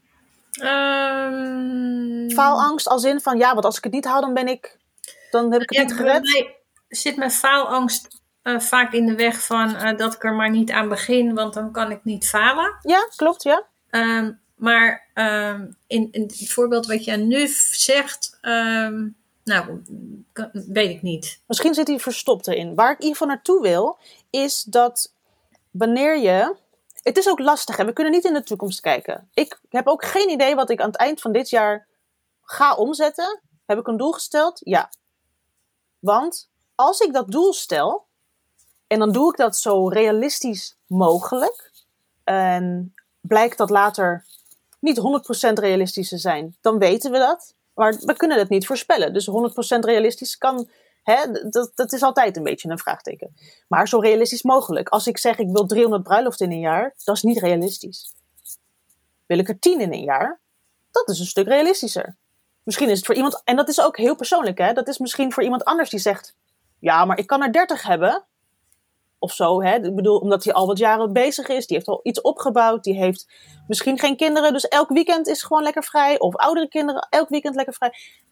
Um... Faalangst als in van, ja, want als ik het niet haal, dan ben ik, dan heb ik het ja, niet gered. Bij mij zit mijn faalangst uh, vaak in de weg van uh, dat ik er maar niet aan begin, want dan kan ik niet falen. Ja, klopt, ja. Um, maar um, in, in het voorbeeld wat je nu zegt, um, nou, weet ik niet. Misschien zit hij verstopt erin. Waar ik in ieder geval naartoe wil, is dat wanneer je... Het is ook lastig, hè? We kunnen niet in de toekomst kijken. Ik heb ook geen idee wat ik aan het eind van dit jaar ga omzetten. Heb ik een doel gesteld? Ja. Want als ik dat doel stel, en dan doe ik dat zo realistisch mogelijk, en blijkt dat later niet honderd procent realistisch te zijn, dan weten we dat. Maar we kunnen het niet voorspellen. Dus honderd procent realistisch kan... Hè, dat, dat is altijd een beetje een vraagteken. Maar zo realistisch mogelijk. Als ik zeg, ik wil driehonderd bruiloften in een jaar, dat is niet realistisch. Wil ik er tien in een jaar? Dat is een stuk realistischer. Misschien is het voor iemand... En dat is ook heel persoonlijk, hè. Dat is misschien voor iemand anders die zegt... Ja, maar ik kan er dertig hebben. Of zo, hè. Ik bedoel, omdat hij al wat jaren bezig is. Die heeft al iets opgebouwd. Die heeft misschien geen kinderen. Dus elk weekend is gewoon lekker vrij. Of oudere kinderen, elk weekend lekker vrij.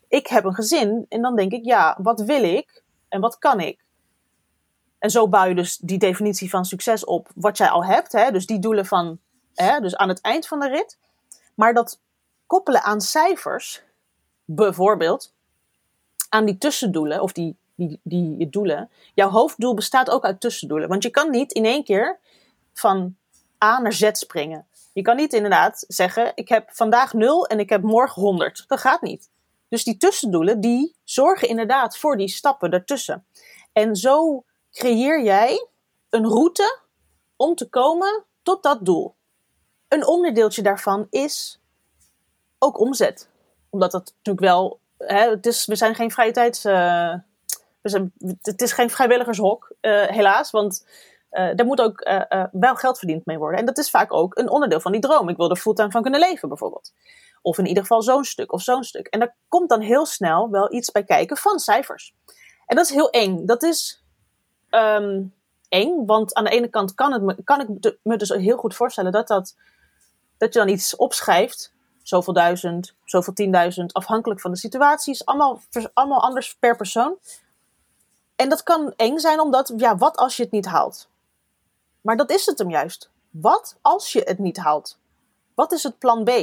ik heb een gezin en dan denk ik, ja, wat wil ik en wat kan ik? En zo bouw je dus die definitie van succes op wat jij al hebt. Hè? Dus die doelen van, hè, dus aan het eind van de rit. Maar dat koppelen aan cijfers, bijvoorbeeld, aan die tussendoelen, of die, die, die doelen. Jouw hoofddoel bestaat ook uit tussendoelen. Want je kan niet in één keer van A naar Z springen. Je kan niet inderdaad zeggen, ik heb vandaag nul en ik heb morgen honderd. Dat gaat niet. Dus die tussendoelen, die zorgen inderdaad voor die stappen daartussen. En zo creëer jij een route om te komen tot dat doel. Een onderdeeltje daarvan is ook omzet. Omdat dat natuurlijk wel, hè, het is, we zijn geen vrije tijds, uh, we zijn, het is geen vrijwilligershok, uh, helaas. Want uh, daar moet ook uh, uh, wel geld verdiend mee worden. En dat is vaak ook een onderdeel van die droom. Ik wil er fulltime van kunnen leven bijvoorbeeld. Of in ieder geval zo'n stuk of zo'n stuk. En daar komt dan heel snel wel iets bij kijken van cijfers. En dat is heel eng. Dat is um, eng, want aan de ene kant kan, het me, kan ik me dus heel goed voorstellen dat, dat, dat je dan iets opschrijft. Zoveel duizend, zoveel tienduizend, afhankelijk van de situaties. Allemaal, allemaal anders per persoon. En dat kan eng zijn omdat, ja, wat als je het niet haalt? Maar dat is het hem juist. Wat als je het niet haalt? Wat is het plan B?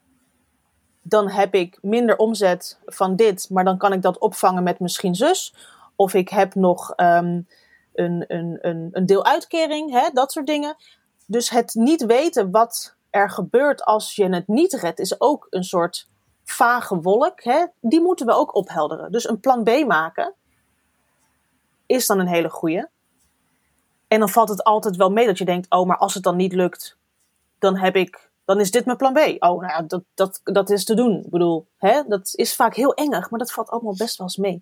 Dan heb ik minder omzet van dit, maar dan kan ik dat opvangen met misschien zus. Of ik heb nog um, een, een, een, een deel uitkering, hè, dat soort dingen. Dus het niet weten wat er gebeurt als je het niet redt, is ook een soort vage wolk. Hè? Die moeten we ook ophelderen. Dus een plan B maken is dan een hele goeie. En dan valt het altijd wel mee dat je denkt, oh, maar als het dan niet lukt, dan heb ik, dan is dit mijn plan B. Oh, nou ja, dat, dat, dat is te doen. Ik bedoel, hè? Dat is vaak heel engig, maar dat valt allemaal best wel eens mee.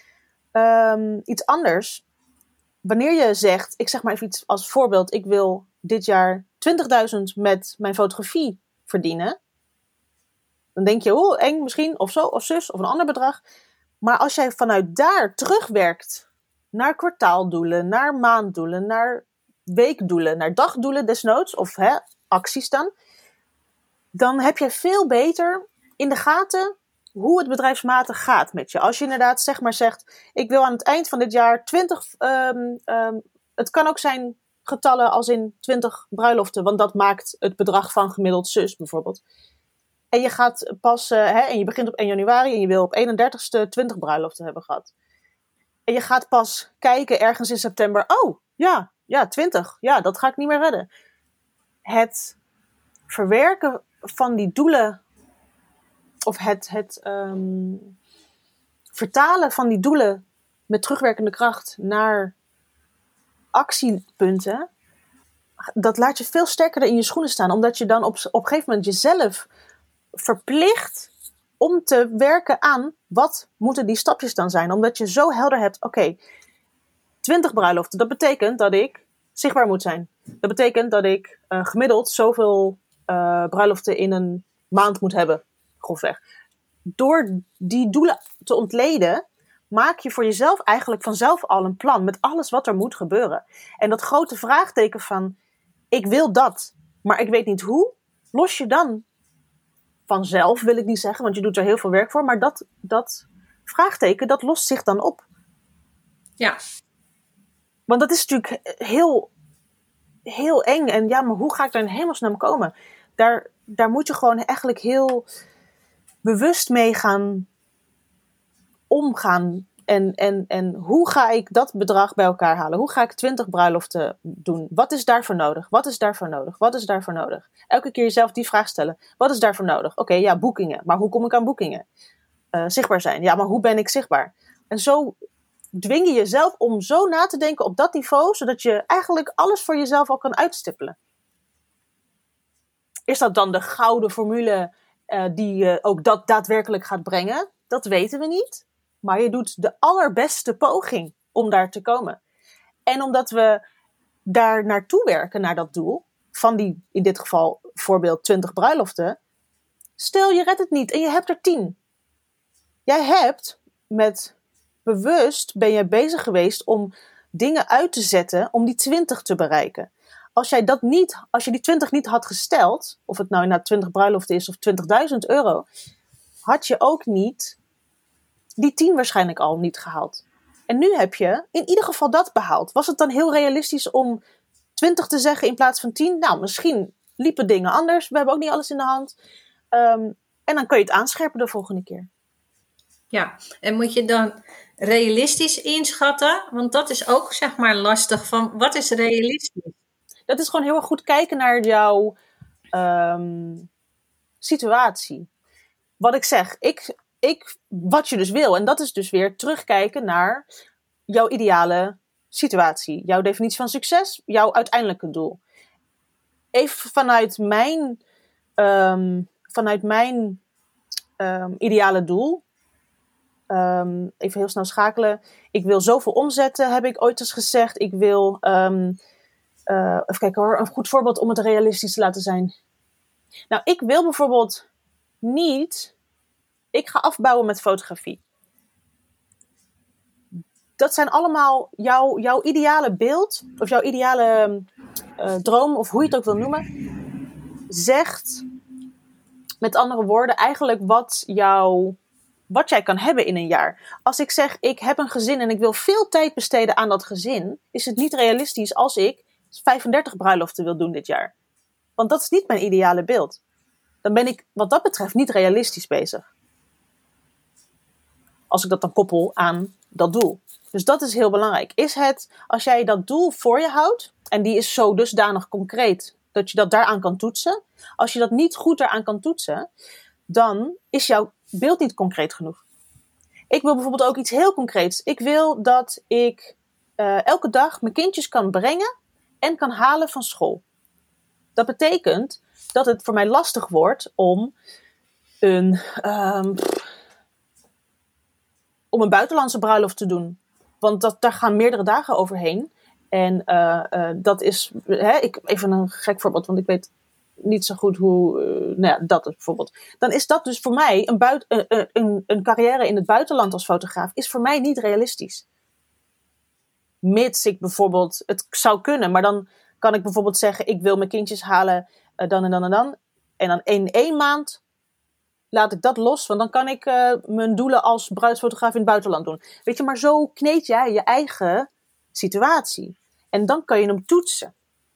Um, iets anders. Wanneer je zegt, ik zeg maar even iets als voorbeeld, ik wil dit jaar twintigduizend met mijn fotografie verdienen. Dan denk je, oh, eng misschien, of zo, of zus, of een ander bedrag. Maar als jij vanuit daar terugwerkt naar kwartaaldoelen, naar maanddoelen, naar weekdoelen, naar dagdoelen desnoods, of hè, acties dan, dan heb je veel beter in de gaten hoe het bedrijfsmatig gaat met je. Als je inderdaad zeg maar zegt, ik wil aan het eind van dit jaar twintig, um, um, het kan ook zijn getallen als in twintig bruiloften, want dat maakt het bedrag van gemiddeld zus bijvoorbeeld. En je gaat pas, uh, hè, en je begint op één januari en je wil op eenendertigste twintig bruiloften hebben gehad. En je gaat pas kijken ergens in september, oh, ja, ja, twintig, ja, dat ga ik niet meer redden. Het verwerken van die doelen, of het, het um, vertalen van die doelen met terugwerkende kracht naar actiepunten, dat laat je veel sterker in je schoenen staan, omdat je dan op, op een gegeven moment jezelf verplicht om te werken aan wat moeten die stapjes dan zijn. Omdat je zo helder hebt, oké, okay, twintig bruiloften, dat betekent dat ik zichtbaar moet zijn. Dat betekent dat ik uh, gemiddeld zoveel uh, bruiloften in een maand moet hebben, grofweg. Door die doelen te ontleden, maak je voor jezelf eigenlijk vanzelf al een plan met alles wat er moet gebeuren. En dat grote vraagteken van, ik wil dat, maar ik weet niet hoe, los je dan vanzelf, wil ik niet zeggen, want je doet er heel veel werk voor, maar dat, dat vraagteken, dat lost zich dan op. Ja. Want dat is natuurlijk heel, heel eng. En ja, maar hoe ga ik daar in hemelsnaam komen? Daar, daar moet je gewoon eigenlijk heel bewust mee gaan omgaan. En, en, en hoe ga ik dat bedrag bij elkaar halen? Hoe ga ik twintig bruiloften doen? Wat is daarvoor nodig? Wat is daarvoor nodig? Wat is daarvoor nodig? Elke keer jezelf die vraag stellen. Wat is daarvoor nodig? Oké, okay, ja, boekingen. Maar hoe kom ik aan boekingen? Uh, zichtbaar zijn. Ja, maar hoe ben ik zichtbaar? En zo dwing je jezelf om zo na te denken op dat niveau, zodat je eigenlijk alles voor jezelf al kan uitstippelen. Is dat dan de gouden formule uh, die uh, ook dat daadwerkelijk gaat brengen? Dat weten we niet. Maar je doet de allerbeste poging om daar te komen. En omdat we daar naartoe werken, naar dat doel, van die, in dit geval voorbeeld twintig bruiloften, stel je redt het niet en je hebt er tien. Jij hebt met bewust ben je bezig geweest om dingen uit te zetten om die twintig te bereiken. Als jij dat niet, als je die twintig niet had gesteld, of het nou inderdaad twintig bruiloften is of twintigduizend euro, had je ook niet die tien waarschijnlijk al niet gehaald. En nu heb je in ieder geval dat behaald. Was het dan heel realistisch om twintig te zeggen in plaats van tien? Nou, misschien liepen dingen anders. We hebben ook niet alles in de hand. Um, en dan kun je het aanscherpen de volgende keer. Ja, en moet je dan realistisch inschatten? Want dat is ook, zeg maar, lastig van, wat is realistisch? Dat is gewoon heel erg goed kijken naar jouw um, situatie. Wat ik zeg, ik, ik, wat je dus wil. En dat is dus weer terugkijken naar jouw ideale situatie. Jouw definitie van succes, jouw uiteindelijke doel. Even vanuit mijn, um, vanuit mijn um, ideale doel. Um, even heel snel schakelen. Ik wil zoveel omzetten, heb ik ooit eens gezegd. Ik wil, um, uh, even kijken hoor, een goed voorbeeld om het realistisch te laten zijn. Nou, ik wil bijvoorbeeld niet, ik ga afbouwen met fotografie. Dat zijn allemaal jouw, jouw ideale beeld, of jouw ideale uh, droom, of hoe je het ook wil noemen, zegt, met andere woorden, eigenlijk wat jouw... wat jij kan hebben in een jaar. Als ik zeg, ik heb een gezin en ik wil veel tijd besteden aan dat gezin, is het niet realistisch als ik vijfendertig bruiloften wil doen dit jaar. Want dat is niet mijn ideale beeld. Dan ben ik wat dat betreft niet realistisch bezig. Als ik dat dan koppel aan dat doel. Dus dat is heel belangrijk. Is het, als jij dat doel voor je houdt, en die is zo dusdanig concreet, dat je dat daaraan kan toetsen. Als je dat niet goed daaraan kan toetsen, dan is jouw beeld niet concreet genoeg. Ik wil bijvoorbeeld ook iets heel concreets. Ik wil dat ik uh, elke dag mijn kindjes kan brengen en kan halen van school. Dat betekent dat het voor mij lastig wordt om een, um, om een buitenlandse bruiloft te doen. Want dat, daar gaan meerdere dagen overheen. En uh, uh, dat is, hè, ik, even een gek voorbeeld, want ik weet niet zo goed hoe, uh, nou ja, dat is bijvoorbeeld. Dan is dat dus voor mij, een, buit, uh, uh, een, een carrière in het buitenland als fotograaf, is voor mij niet realistisch. Mits ik bijvoorbeeld, het zou kunnen, maar dan kan ik bijvoorbeeld zeggen, ik wil mijn kindjes halen, uh, dan en dan en dan. En dan in één maand laat ik dat los, want dan kan ik uh, mijn doelen als bruidsfotograaf in het buitenland doen. Weet je, maar zo kneed jij je eigen situatie. En dan kan je hem toetsen.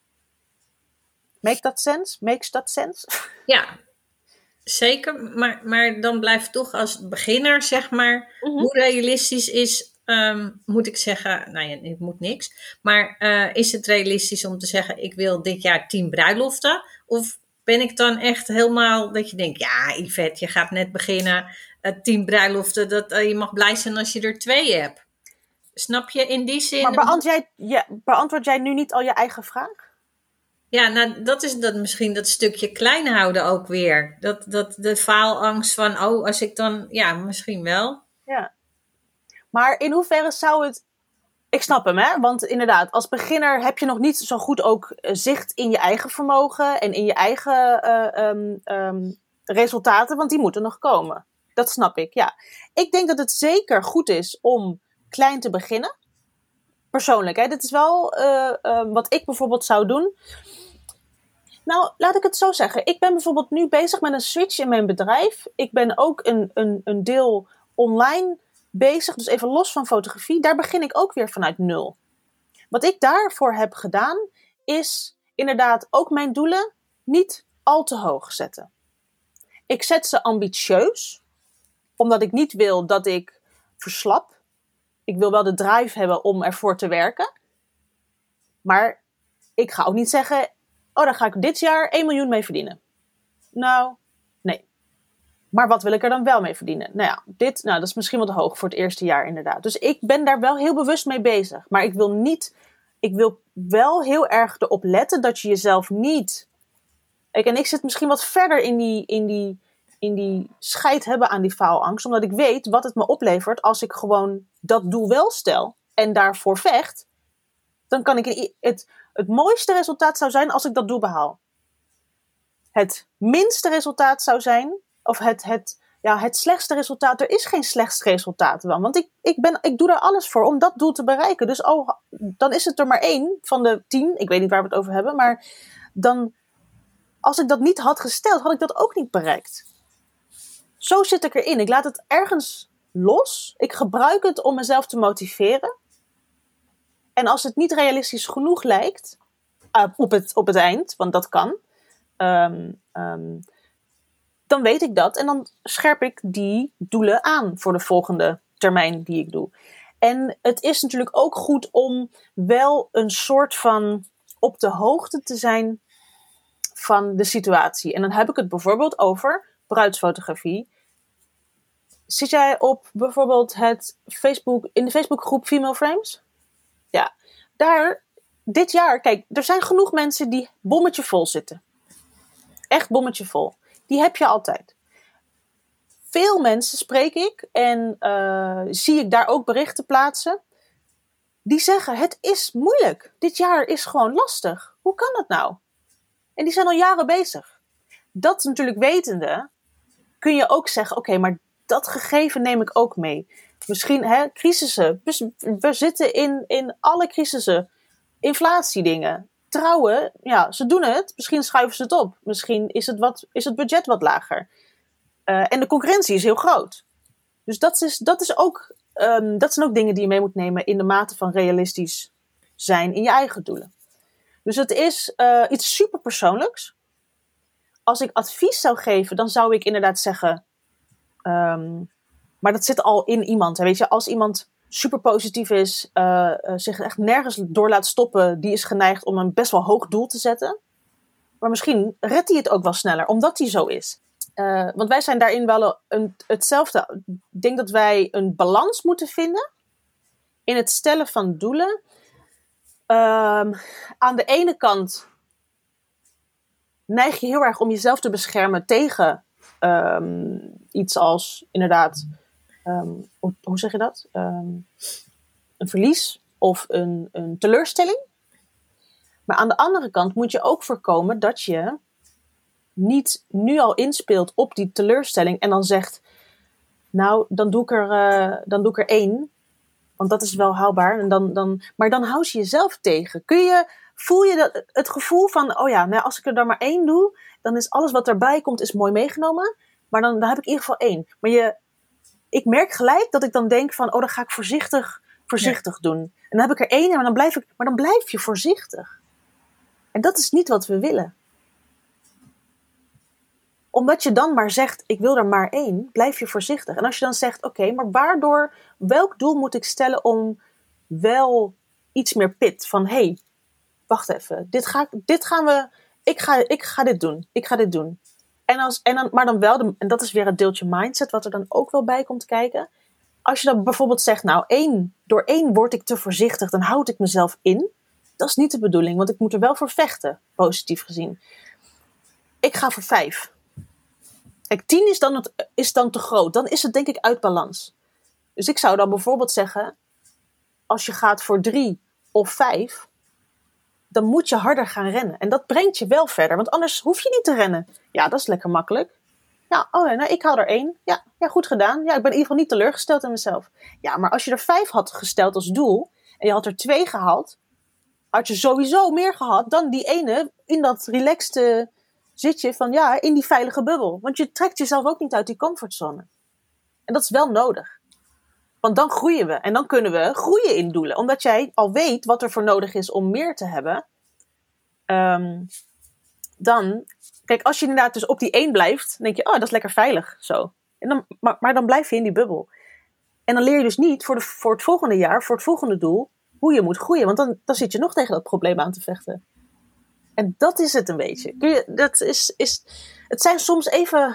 Make that sense? Makes that sense? Ja, zeker. Maar, maar dan blijft toch als beginner, zeg maar, mm-hmm. Hoe realistisch is, um, moet ik zeggen, nou ja, ik moet niks. Maar uh, is het realistisch om te zeggen, ik wil dit jaar tien bruiloften? Of ben ik dan echt helemaal dat je denkt, ja, Yvette, je gaat net beginnen, uh, tien bruiloften, dat, uh, je mag blij zijn als je er twee hebt. Snap je in die zin? Maar beantwoord jij, ja, beantwoord jij nu niet al je eigen vraag? Ja, nou, dat is dat misschien dat stukje klein houden ook weer. Dat, dat de faalangst van, oh, als ik dan, ja, misschien wel. Ja. Maar in hoeverre zou het, ik snap hem, hè? Want inderdaad, als beginner heb je nog niet zo goed ook zicht in je eigen vermogen en in je eigen uh, um, um, resultaten, want die moeten nog komen. Dat snap ik, ja. Ik denk dat het zeker goed is om klein te beginnen. Persoonlijk, hè. Dit is wel uh, uh, wat ik bijvoorbeeld zou doen. Nou, laat ik het zo zeggen. Ik ben bijvoorbeeld nu bezig met een switch in mijn bedrijf. Ik ben ook een, een, een deel online bezig, dus even los van fotografie. Daar begin ik ook weer vanuit nul. Wat ik daarvoor heb gedaan, is inderdaad ook mijn doelen niet al te hoog zetten. Ik zet ze ambitieus, omdat ik niet wil dat ik verslap. Ik wil wel de drive hebben om ervoor te werken. Maar ik ga ook niet zeggen, oh, daar ga ik dit jaar één miljoen mee verdienen. Nou, nee. Maar wat wil ik er dan wel mee verdienen? Nou ja, dit, nou, dat is misschien wat hoog voor het eerste jaar inderdaad. Dus ik ben daar wel heel bewust mee bezig. Maar ik wil niet, ik wil wel heel erg erop letten dat je jezelf niet... Kijk, en ik zit misschien wat verder in die, in die, in die scheid hebben aan die faalangst. Omdat ik weet wat het me oplevert als ik gewoon dat doel wel stel. En daarvoor vecht. Dan kan ik het, het mooiste resultaat zou zijn als ik dat doel behaal. Het minste resultaat zou zijn, of het, het, ja, het slechtste resultaat. Er is geen slechtst resultaat dan. Want ik, ik, ben, ik doe daar alles voor om dat doel te bereiken. Dus oh, dan is het er maar één van de tien. Ik weet niet waar we het over hebben. Maar dan, als ik dat niet had gesteld, had ik dat ook niet bereikt. Zo zit ik erin. Ik laat het ergens los. Ik gebruik het om mezelf te motiveren. En als het niet realistisch genoeg lijkt, uh, op, het, op het eind, want dat kan, um, um, dan weet ik dat. En dan scherp ik die doelen aan voor de volgende termijn die ik doe. En het is natuurlijk ook goed om wel een soort van op de hoogte te zijn van de situatie. En dan heb ik het bijvoorbeeld over bruidsfotografie. Zit jij op bijvoorbeeld het Facebook, in de Facebookgroep Female Frames? Ja, daar, dit jaar, kijk, er zijn genoeg mensen die bommetje vol zitten. Echt bommetje vol. Die heb je altijd. Veel mensen spreek ik en uh, zie ik daar ook berichten plaatsen. Die zeggen, het is moeilijk. Dit jaar is gewoon lastig. Hoe kan dat nou? En die zijn al jaren bezig. Dat natuurlijk wetende, kun je ook zeggen, oké, okay, maar dat gegeven neem ik ook mee. Misschien, hè, crisissen. We, we zitten in, in alle crisissen. Inflatiedingen. Trouwen, ja, ze doen het. Misschien schuiven ze het op. Misschien is het, wat, is het budget wat lager. Uh, en de concurrentie is heel groot. Dus dat, is, dat, is ook, um, dat zijn ook dingen die je mee moet nemen in de mate van realistisch zijn in je eigen doelen. Dus het is uh, iets super persoonlijks. Als ik advies zou geven, dan zou ik inderdaad zeggen, um, maar dat zit al in iemand. Hè, weet je, als iemand super positief is, uh, uh, zich echt nergens door laat stoppen, die is geneigd om een best wel hoog doel te zetten. Maar misschien redt hij het ook wel sneller, omdat hij zo is. Uh, want wij zijn daarin wel een, hetzelfde. Ik denk dat wij een balans moeten vinden in het stellen van doelen. Um, aan de ene kant neig je heel erg om jezelf te beschermen tegen um, iets als inderdaad, um, hoe, hoe zeg je dat? Um, een verlies of een, een teleurstelling. Maar aan de andere kant moet je ook voorkomen dat je niet nu al inspeelt op die teleurstelling en dan zegt, nou, dan doe ik er, uh, dan doe ik er één. Want dat is wel haalbaar. En dan, dan, maar dan hou je jezelf tegen. Kun je, voel je dat, het gevoel van, oh ja, nou, als ik er dan maar één doe, dan is alles wat erbij komt, is mooi meegenomen. Maar dan, dan heb ik in ieder geval één. Maar je, ik merk gelijk dat ik dan denk van, oh, dan ga ik voorzichtig, voorzichtig ja. doen. En dan heb ik er één, maar dan blijf ik, maar dan blijf je voorzichtig. En dat is niet wat we willen. Omdat je dan maar zegt, ik wil er maar één, blijf je voorzichtig. En als je dan zegt, oké, okay, maar waardoor, welk doel moet ik stellen om wel iets meer pit? Van, hé, hey, wacht even, dit, ga, dit gaan we, ik ga, ik ga dit doen, ik ga dit doen. En als, en dan, maar dan wel, de, en dat is weer het deeltje mindset, wat er dan ook wel bij komt kijken. Als je dan bijvoorbeeld zegt, nou, één, door één word ik te voorzichtig, dan houd ik mezelf in. Dat is niet de bedoeling, want ik moet er wel voor vechten, positief gezien. Ik ga voor vijf. Kijk, tien is dan, het, is dan te groot. Dan is het denk ik uit balans. Dus ik zou dan bijvoorbeeld zeggen, als je gaat voor drie of vijf, dan moet je harder gaan rennen. En dat brengt je wel verder, want anders hoef je niet te rennen. Ja, dat is lekker makkelijk. Ja, oh ja, nou, ik haal er één. Ja, ja, goed gedaan. Ja, ik ben in ieder geval niet teleurgesteld in mezelf. Ja, maar als je er vijf had gesteld als doel, en je had er twee gehaald, had je sowieso meer gehad dan die ene in dat relaxte zit je van ja, in die veilige bubbel. Want je trekt jezelf ook niet uit die comfortzone. En dat is wel nodig. Want dan groeien we. En dan kunnen we groeien in doelen. Omdat jij al weet wat er voor nodig is om meer te hebben. Um, dan, kijk, als je inderdaad dus op die één blijft, dan denk je, oh, dat is lekker veilig. Zo. En dan, maar, maar dan blijf je in die bubbel. En dan leer je dus niet voor, de, voor het volgende jaar, voor het volgende doel, hoe je moet groeien. Want dan, dan zit je nog tegen dat probleem aan te vechten. En dat is het een beetje. Kun je, dat is, is, het zijn soms even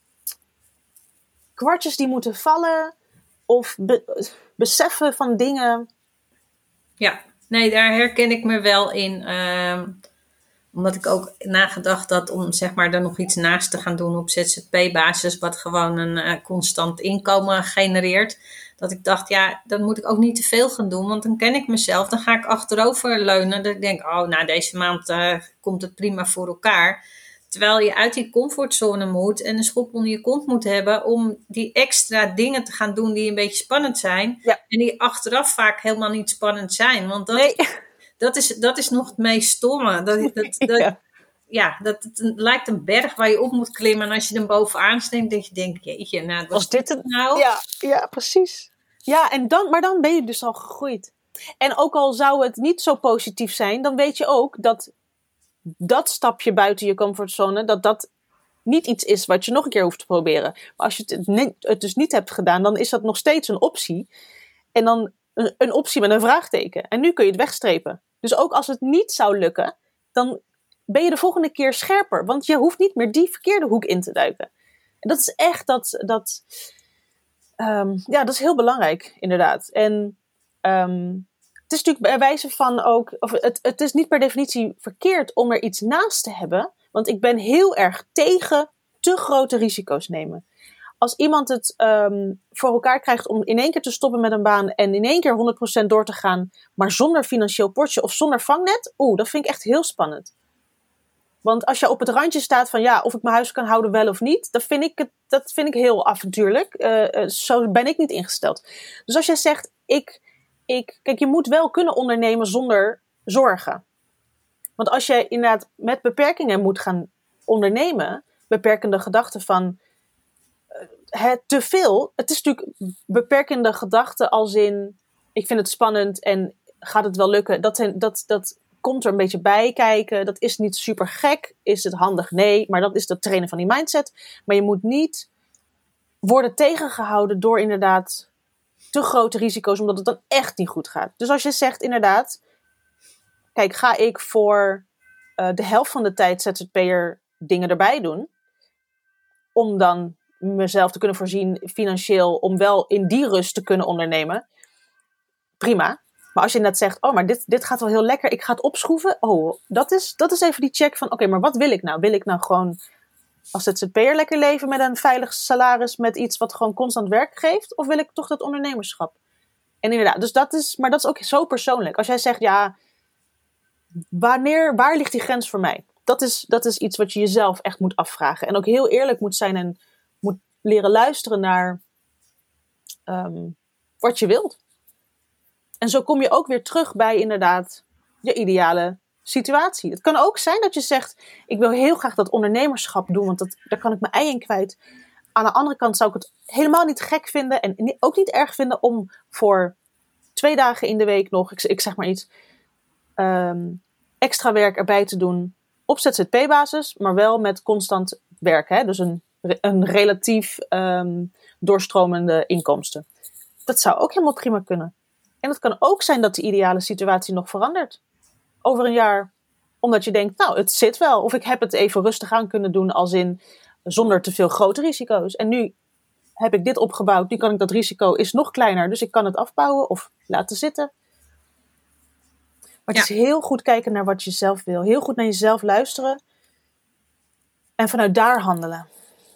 kwartjes die moeten vallen. Of be, beseffen van dingen. Ja, nee, daar herken ik me wel in. Uh, omdat ik ook nagedacht had om zeg maar er nog iets naast te gaan doen op Z Z P-basis. Wat gewoon een uh, constant inkomen genereert. Dat ik dacht, ja, dan moet ik ook niet te veel gaan doen. Want dan ken ik mezelf. Dan ga ik achterover leunen. Dat ik denk, oh, nou deze maand uh, komt het prima voor elkaar. Terwijl je uit die comfortzone moet. En een schop onder je kont moet hebben. Om die extra dingen te gaan doen die een beetje spannend zijn. Ja. En die achteraf vaak helemaal niet spannend zijn. Want dat, nee. dat, is, dat is nog het meest stomme. Dat, dat, dat, ja. ja, dat het een, lijkt een berg waar je op moet klimmen. En als je er bovenaan staat, dat je denkt, jeetje, nou, wat Was dit het nou? Ja, ja, precies. Ja, en dan, maar dan ben je dus al gegroeid. En ook al zou het niet zo positief zijn, dan weet je ook dat dat stapje buiten je comfortzone, dat dat niet iets is wat je nog een keer hoeft te proberen. Maar als je het, ne- het dus niet hebt gedaan, dan is dat nog steeds een optie. En dan een, een optie met een vraagteken. En nu kun je het wegstrepen. Dus ook als het niet zou lukken, dan ben je de volgende keer scherper. Want je hoeft niet meer die verkeerde hoek in te duiken. En dat is echt dat... dat um, ja, dat is heel belangrijk, inderdaad. En um, het is natuurlijk bij wijze van ook... Of het, het is niet per definitie verkeerd om er iets naast te hebben. Want ik ben heel erg tegen te grote risico's nemen. Als iemand het um, voor elkaar krijgt om in één keer te stoppen met een baan en in één keer honderd procent door te gaan, maar zonder financieel potje of zonder vangnet, oeh, dat vind ik echt heel spannend. Want als je op het randje staat van ja, of ik mijn huis kan houden wel of niet, dat vind ik, het, dat vind ik heel avontuurlijk. Uh, uh, zo ben ik niet ingesteld. Dus als jij zegt, ik, ik, kijk, je moet wel kunnen ondernemen zonder zorgen. Want als je inderdaad met beperkingen moet gaan ondernemen, beperkende gedachten van het te veel, het is natuurlijk beperkende gedachten als in, ik vind het spannend en gaat het wel lukken? Dat, zijn, dat, dat komt er een beetje bij kijken. Dat is niet super gek. Is het handig? Nee. Maar dat is het trainen van die mindset. Maar je moet niet worden tegengehouden door inderdaad te grote risico's, omdat het dan echt niet goed gaat. Dus als je zegt inderdaad, kijk, ga ik voor uh, de helft van de tijd Z Z P'er dingen erbij doen, om dan mezelf te kunnen voorzien financieel, om wel in die rust te kunnen ondernemen. Prima. Maar als je net zegt, oh, maar dit, dit gaat wel heel lekker, ik ga het opschroeven. Oh, dat is, dat is even die check van, oké, okay, maar wat wil ik nou? Wil ik nou gewoon als Z Z P'er lekker leven met een veilig salaris, met iets wat gewoon constant werk geeft? Of wil ik toch dat ondernemerschap? En inderdaad, dus dat is, maar dat is ook zo persoonlijk. Als jij zegt, ja, wanneer, waar ligt die grens voor mij? Dat is, dat is iets wat je jezelf echt moet afvragen. En ook heel eerlijk moet zijn en moet leren luisteren naar um, wat je wilt. En zo kom je ook weer terug bij inderdaad je ideale situatie. Het kan ook zijn dat je zegt, ik wil heel graag dat ondernemerschap doen, want dat, daar kan ik mijn ei in kwijt. Aan de andere kant zou ik het helemaal niet gek vinden en ook niet erg vinden om voor twee dagen in de week nog, ik, ik zeg maar iets, um, extra werk erbij te doen op Z Z P-basis, maar wel met constant werk. Hè? Dus een, een relatief um, doorstromende inkomsten. Dat zou ook helemaal prima kunnen. En het kan ook zijn dat de ideale situatie nog verandert. Over een jaar, omdat je denkt, nou, het zit wel. Of ik heb het even rustig aan kunnen doen, als in zonder te veel grote risico's. En nu heb ik dit opgebouwd, nu kan ik dat risico is nog kleiner, dus ik kan het afbouwen of laten zitten. Maar het ja. is heel goed kijken naar wat je zelf wil. Heel goed naar jezelf luisteren. En vanuit daar handelen.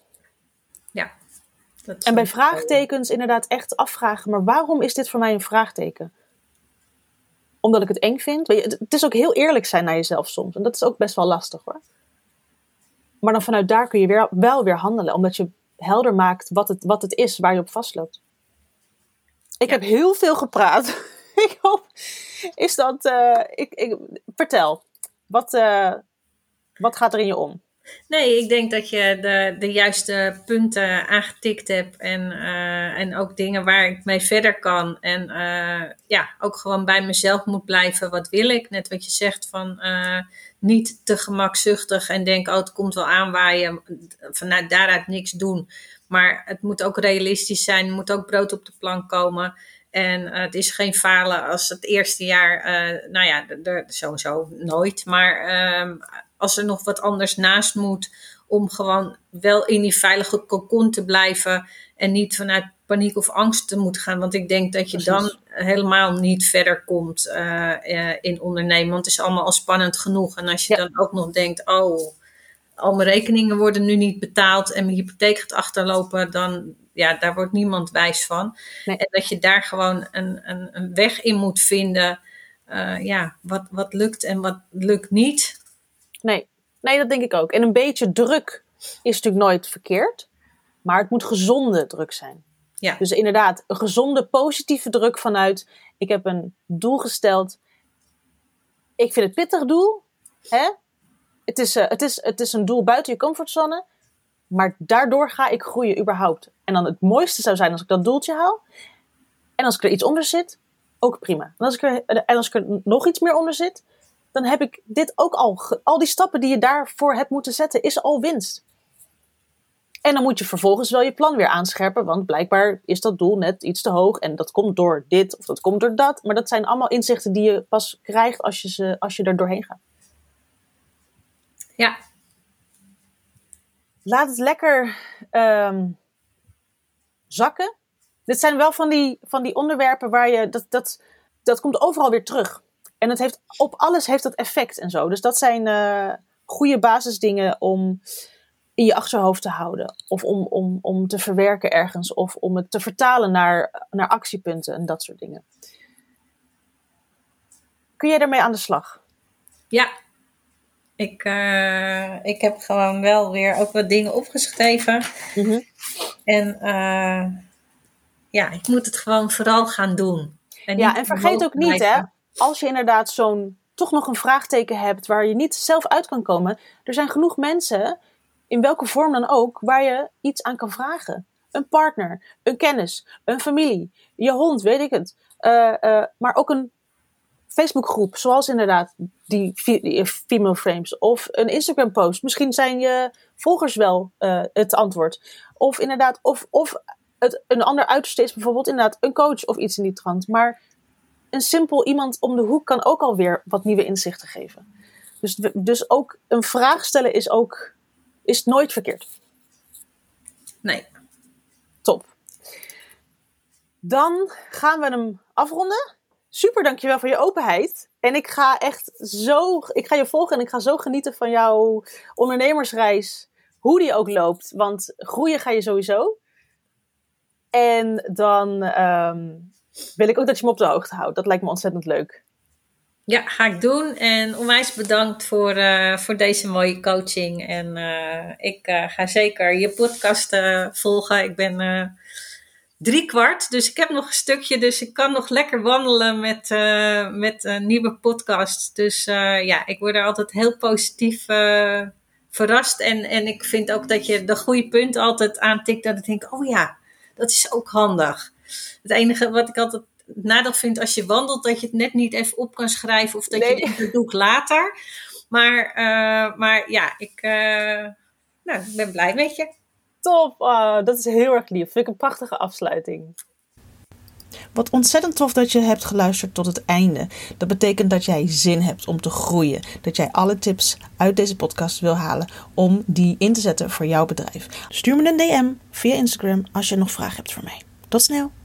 Ja. Dat en bij vraagtekens inderdaad echt afvragen. Maar waarom is dit voor mij een vraagteken? Omdat ik het eng vind. Weet je, het is ook heel eerlijk zijn naar jezelf soms. En dat is ook best wel lastig hoor. Maar dan vanuit daar kun je weer, wel weer handelen. Omdat je helder maakt wat het, wat het is waar je op vastloopt. Ik ja. heb heel veel gepraat. ik hoop... Is dat... Uh, ik, ik, vertel. Wat, uh, wat gaat er in je om? Nee, ik denk dat je de, de juiste punten aangetikt hebt. En, uh, en ook dingen waar ik mee verder kan. En uh, ja, ook gewoon bij mezelf moet blijven. Wat wil ik? Net wat je zegt van... Uh, niet te gemakzuchtig en denk, oh, het komt wel aanwaaien. Vanuit daaruit niks doen. Maar het moet ook realistisch zijn. Er moet ook brood op de plank komen. En uh, het is geen falen als het eerste jaar, uh, nou ja, er sowieso nooit. Maar uh, als er nog wat anders naast moet, om gewoon wel in die veilige cocon te blijven en niet vanuit paniek of angst te moeten gaan. Want ik denk dat je Precies. dan helemaal niet verder komt uh, uh, in ondernemen. Want het is allemaal al spannend genoeg. En als je ja. dan ook nog denkt, oh, al mijn rekeningen worden nu niet betaald en mijn hypotheek gaat achterlopen, dan... Ja, daar wordt niemand wijs van. Nee. En dat je daar gewoon een, een, een weg in moet vinden. Uh, ja, wat, wat lukt en wat lukt niet. Nee. nee, dat denk ik ook. En een beetje druk is natuurlijk nooit verkeerd. Maar het moet gezonde druk zijn. Ja. Dus inderdaad, een gezonde, positieve druk vanuit... Ik heb een doel gesteld. Ik vind het pittig doel. Hè? het is, uh, het, is, het is een doel buiten je comfortzone. Maar daardoor ga ik groeien überhaupt. En dan het mooiste zou zijn als ik dat doeltje haal. En als ik er iets onder zit, ook prima. En als ik er, en als ik er nog iets meer onder zit, dan heb ik dit ook al. Ge- al die stappen die je daarvoor hebt moeten zetten, is al winst. En dan moet je vervolgens wel je plan weer aanscherpen. Want blijkbaar is dat doel net iets te hoog. En dat komt door dit of dat komt door dat. Maar dat zijn allemaal inzichten die je pas krijgt als je, ze, als je er doorheen gaat. Ja. Laat het lekker um, zakken. Dit zijn wel van die, van die onderwerpen waar je... Dat, dat, dat komt overal weer terug. En het heeft, op alles heeft dat effect en zo. Dus dat zijn uh, goede basisdingen om in je achterhoofd te houden. Of om, om, om te verwerken ergens. Of om het te vertalen naar, naar actiepunten en dat soort dingen. Kun jij daarmee aan de slag? Ja. Ik, uh, ik heb gewoon wel weer ook wat dingen opgeschreven. Mm-hmm. En uh, ja, ik moet het gewoon vooral gaan doen. En ja, en vergeet ook niet, hè, als je inderdaad zo'n toch nog een vraagteken hebt waar je niet zelf uit kan komen. Er zijn genoeg mensen, in welke vorm dan ook, waar je iets aan kan vragen. Een partner, een kennis, een familie, je hond, weet ik het. Uh, uh, maar ook een Facebookgroep, zoals inderdaad die, die Female Frames. Of een Instagram post. Misschien zijn je volgers wel uh, het antwoord. Of inderdaad, of, of het, een ander uiterste is bijvoorbeeld inderdaad een coach of iets in die trant. Maar een simpel iemand om de hoek kan ook alweer wat nieuwe inzichten geven. Dus, dus ook een vraag stellen is ook is nooit verkeerd. Nee. Top. Dan gaan we hem afronden. Super, dankjewel voor je openheid. En ik ga echt zo... Ik ga je volgen en ik ga zo genieten van jouw ondernemersreis. Hoe die ook loopt. Want groeien ga je sowieso. En dan um, wil ik ook dat je me op de hoogte houdt. Dat lijkt me ontzettend leuk. Ja, ga ik doen. En onwijs bedankt voor, uh, voor deze mooie coaching. En uh, ik uh, ga zeker je podcast uh, volgen. Ik ben... Uh, Drie kwart, dus ik heb nog een stukje, dus ik kan nog lekker wandelen met, uh, met een nieuwe podcast. Dus uh, ja, ik word er altijd heel positief uh, verrast. En, en ik vind ook dat je de goede punten altijd aantikt, dat ik denk, oh ja, dat is ook handig. Het enige wat ik altijd nadeel vind als je wandelt, dat je het net niet even op kan schrijven of dat nee. je het doet later. Maar, uh, maar ja, ik, uh, nou, ik ben blij met je. Top, oh, dat is heel erg lief. Vind ik een prachtige afsluiting. Wat ontzettend tof dat je hebt geluisterd tot het einde. Dat betekent dat jij zin hebt om te groeien. Dat jij alle tips uit deze podcast wil halen om die in te zetten voor jouw bedrijf. Stuur me een D M via Instagram als je nog vragen hebt voor mij. Tot snel!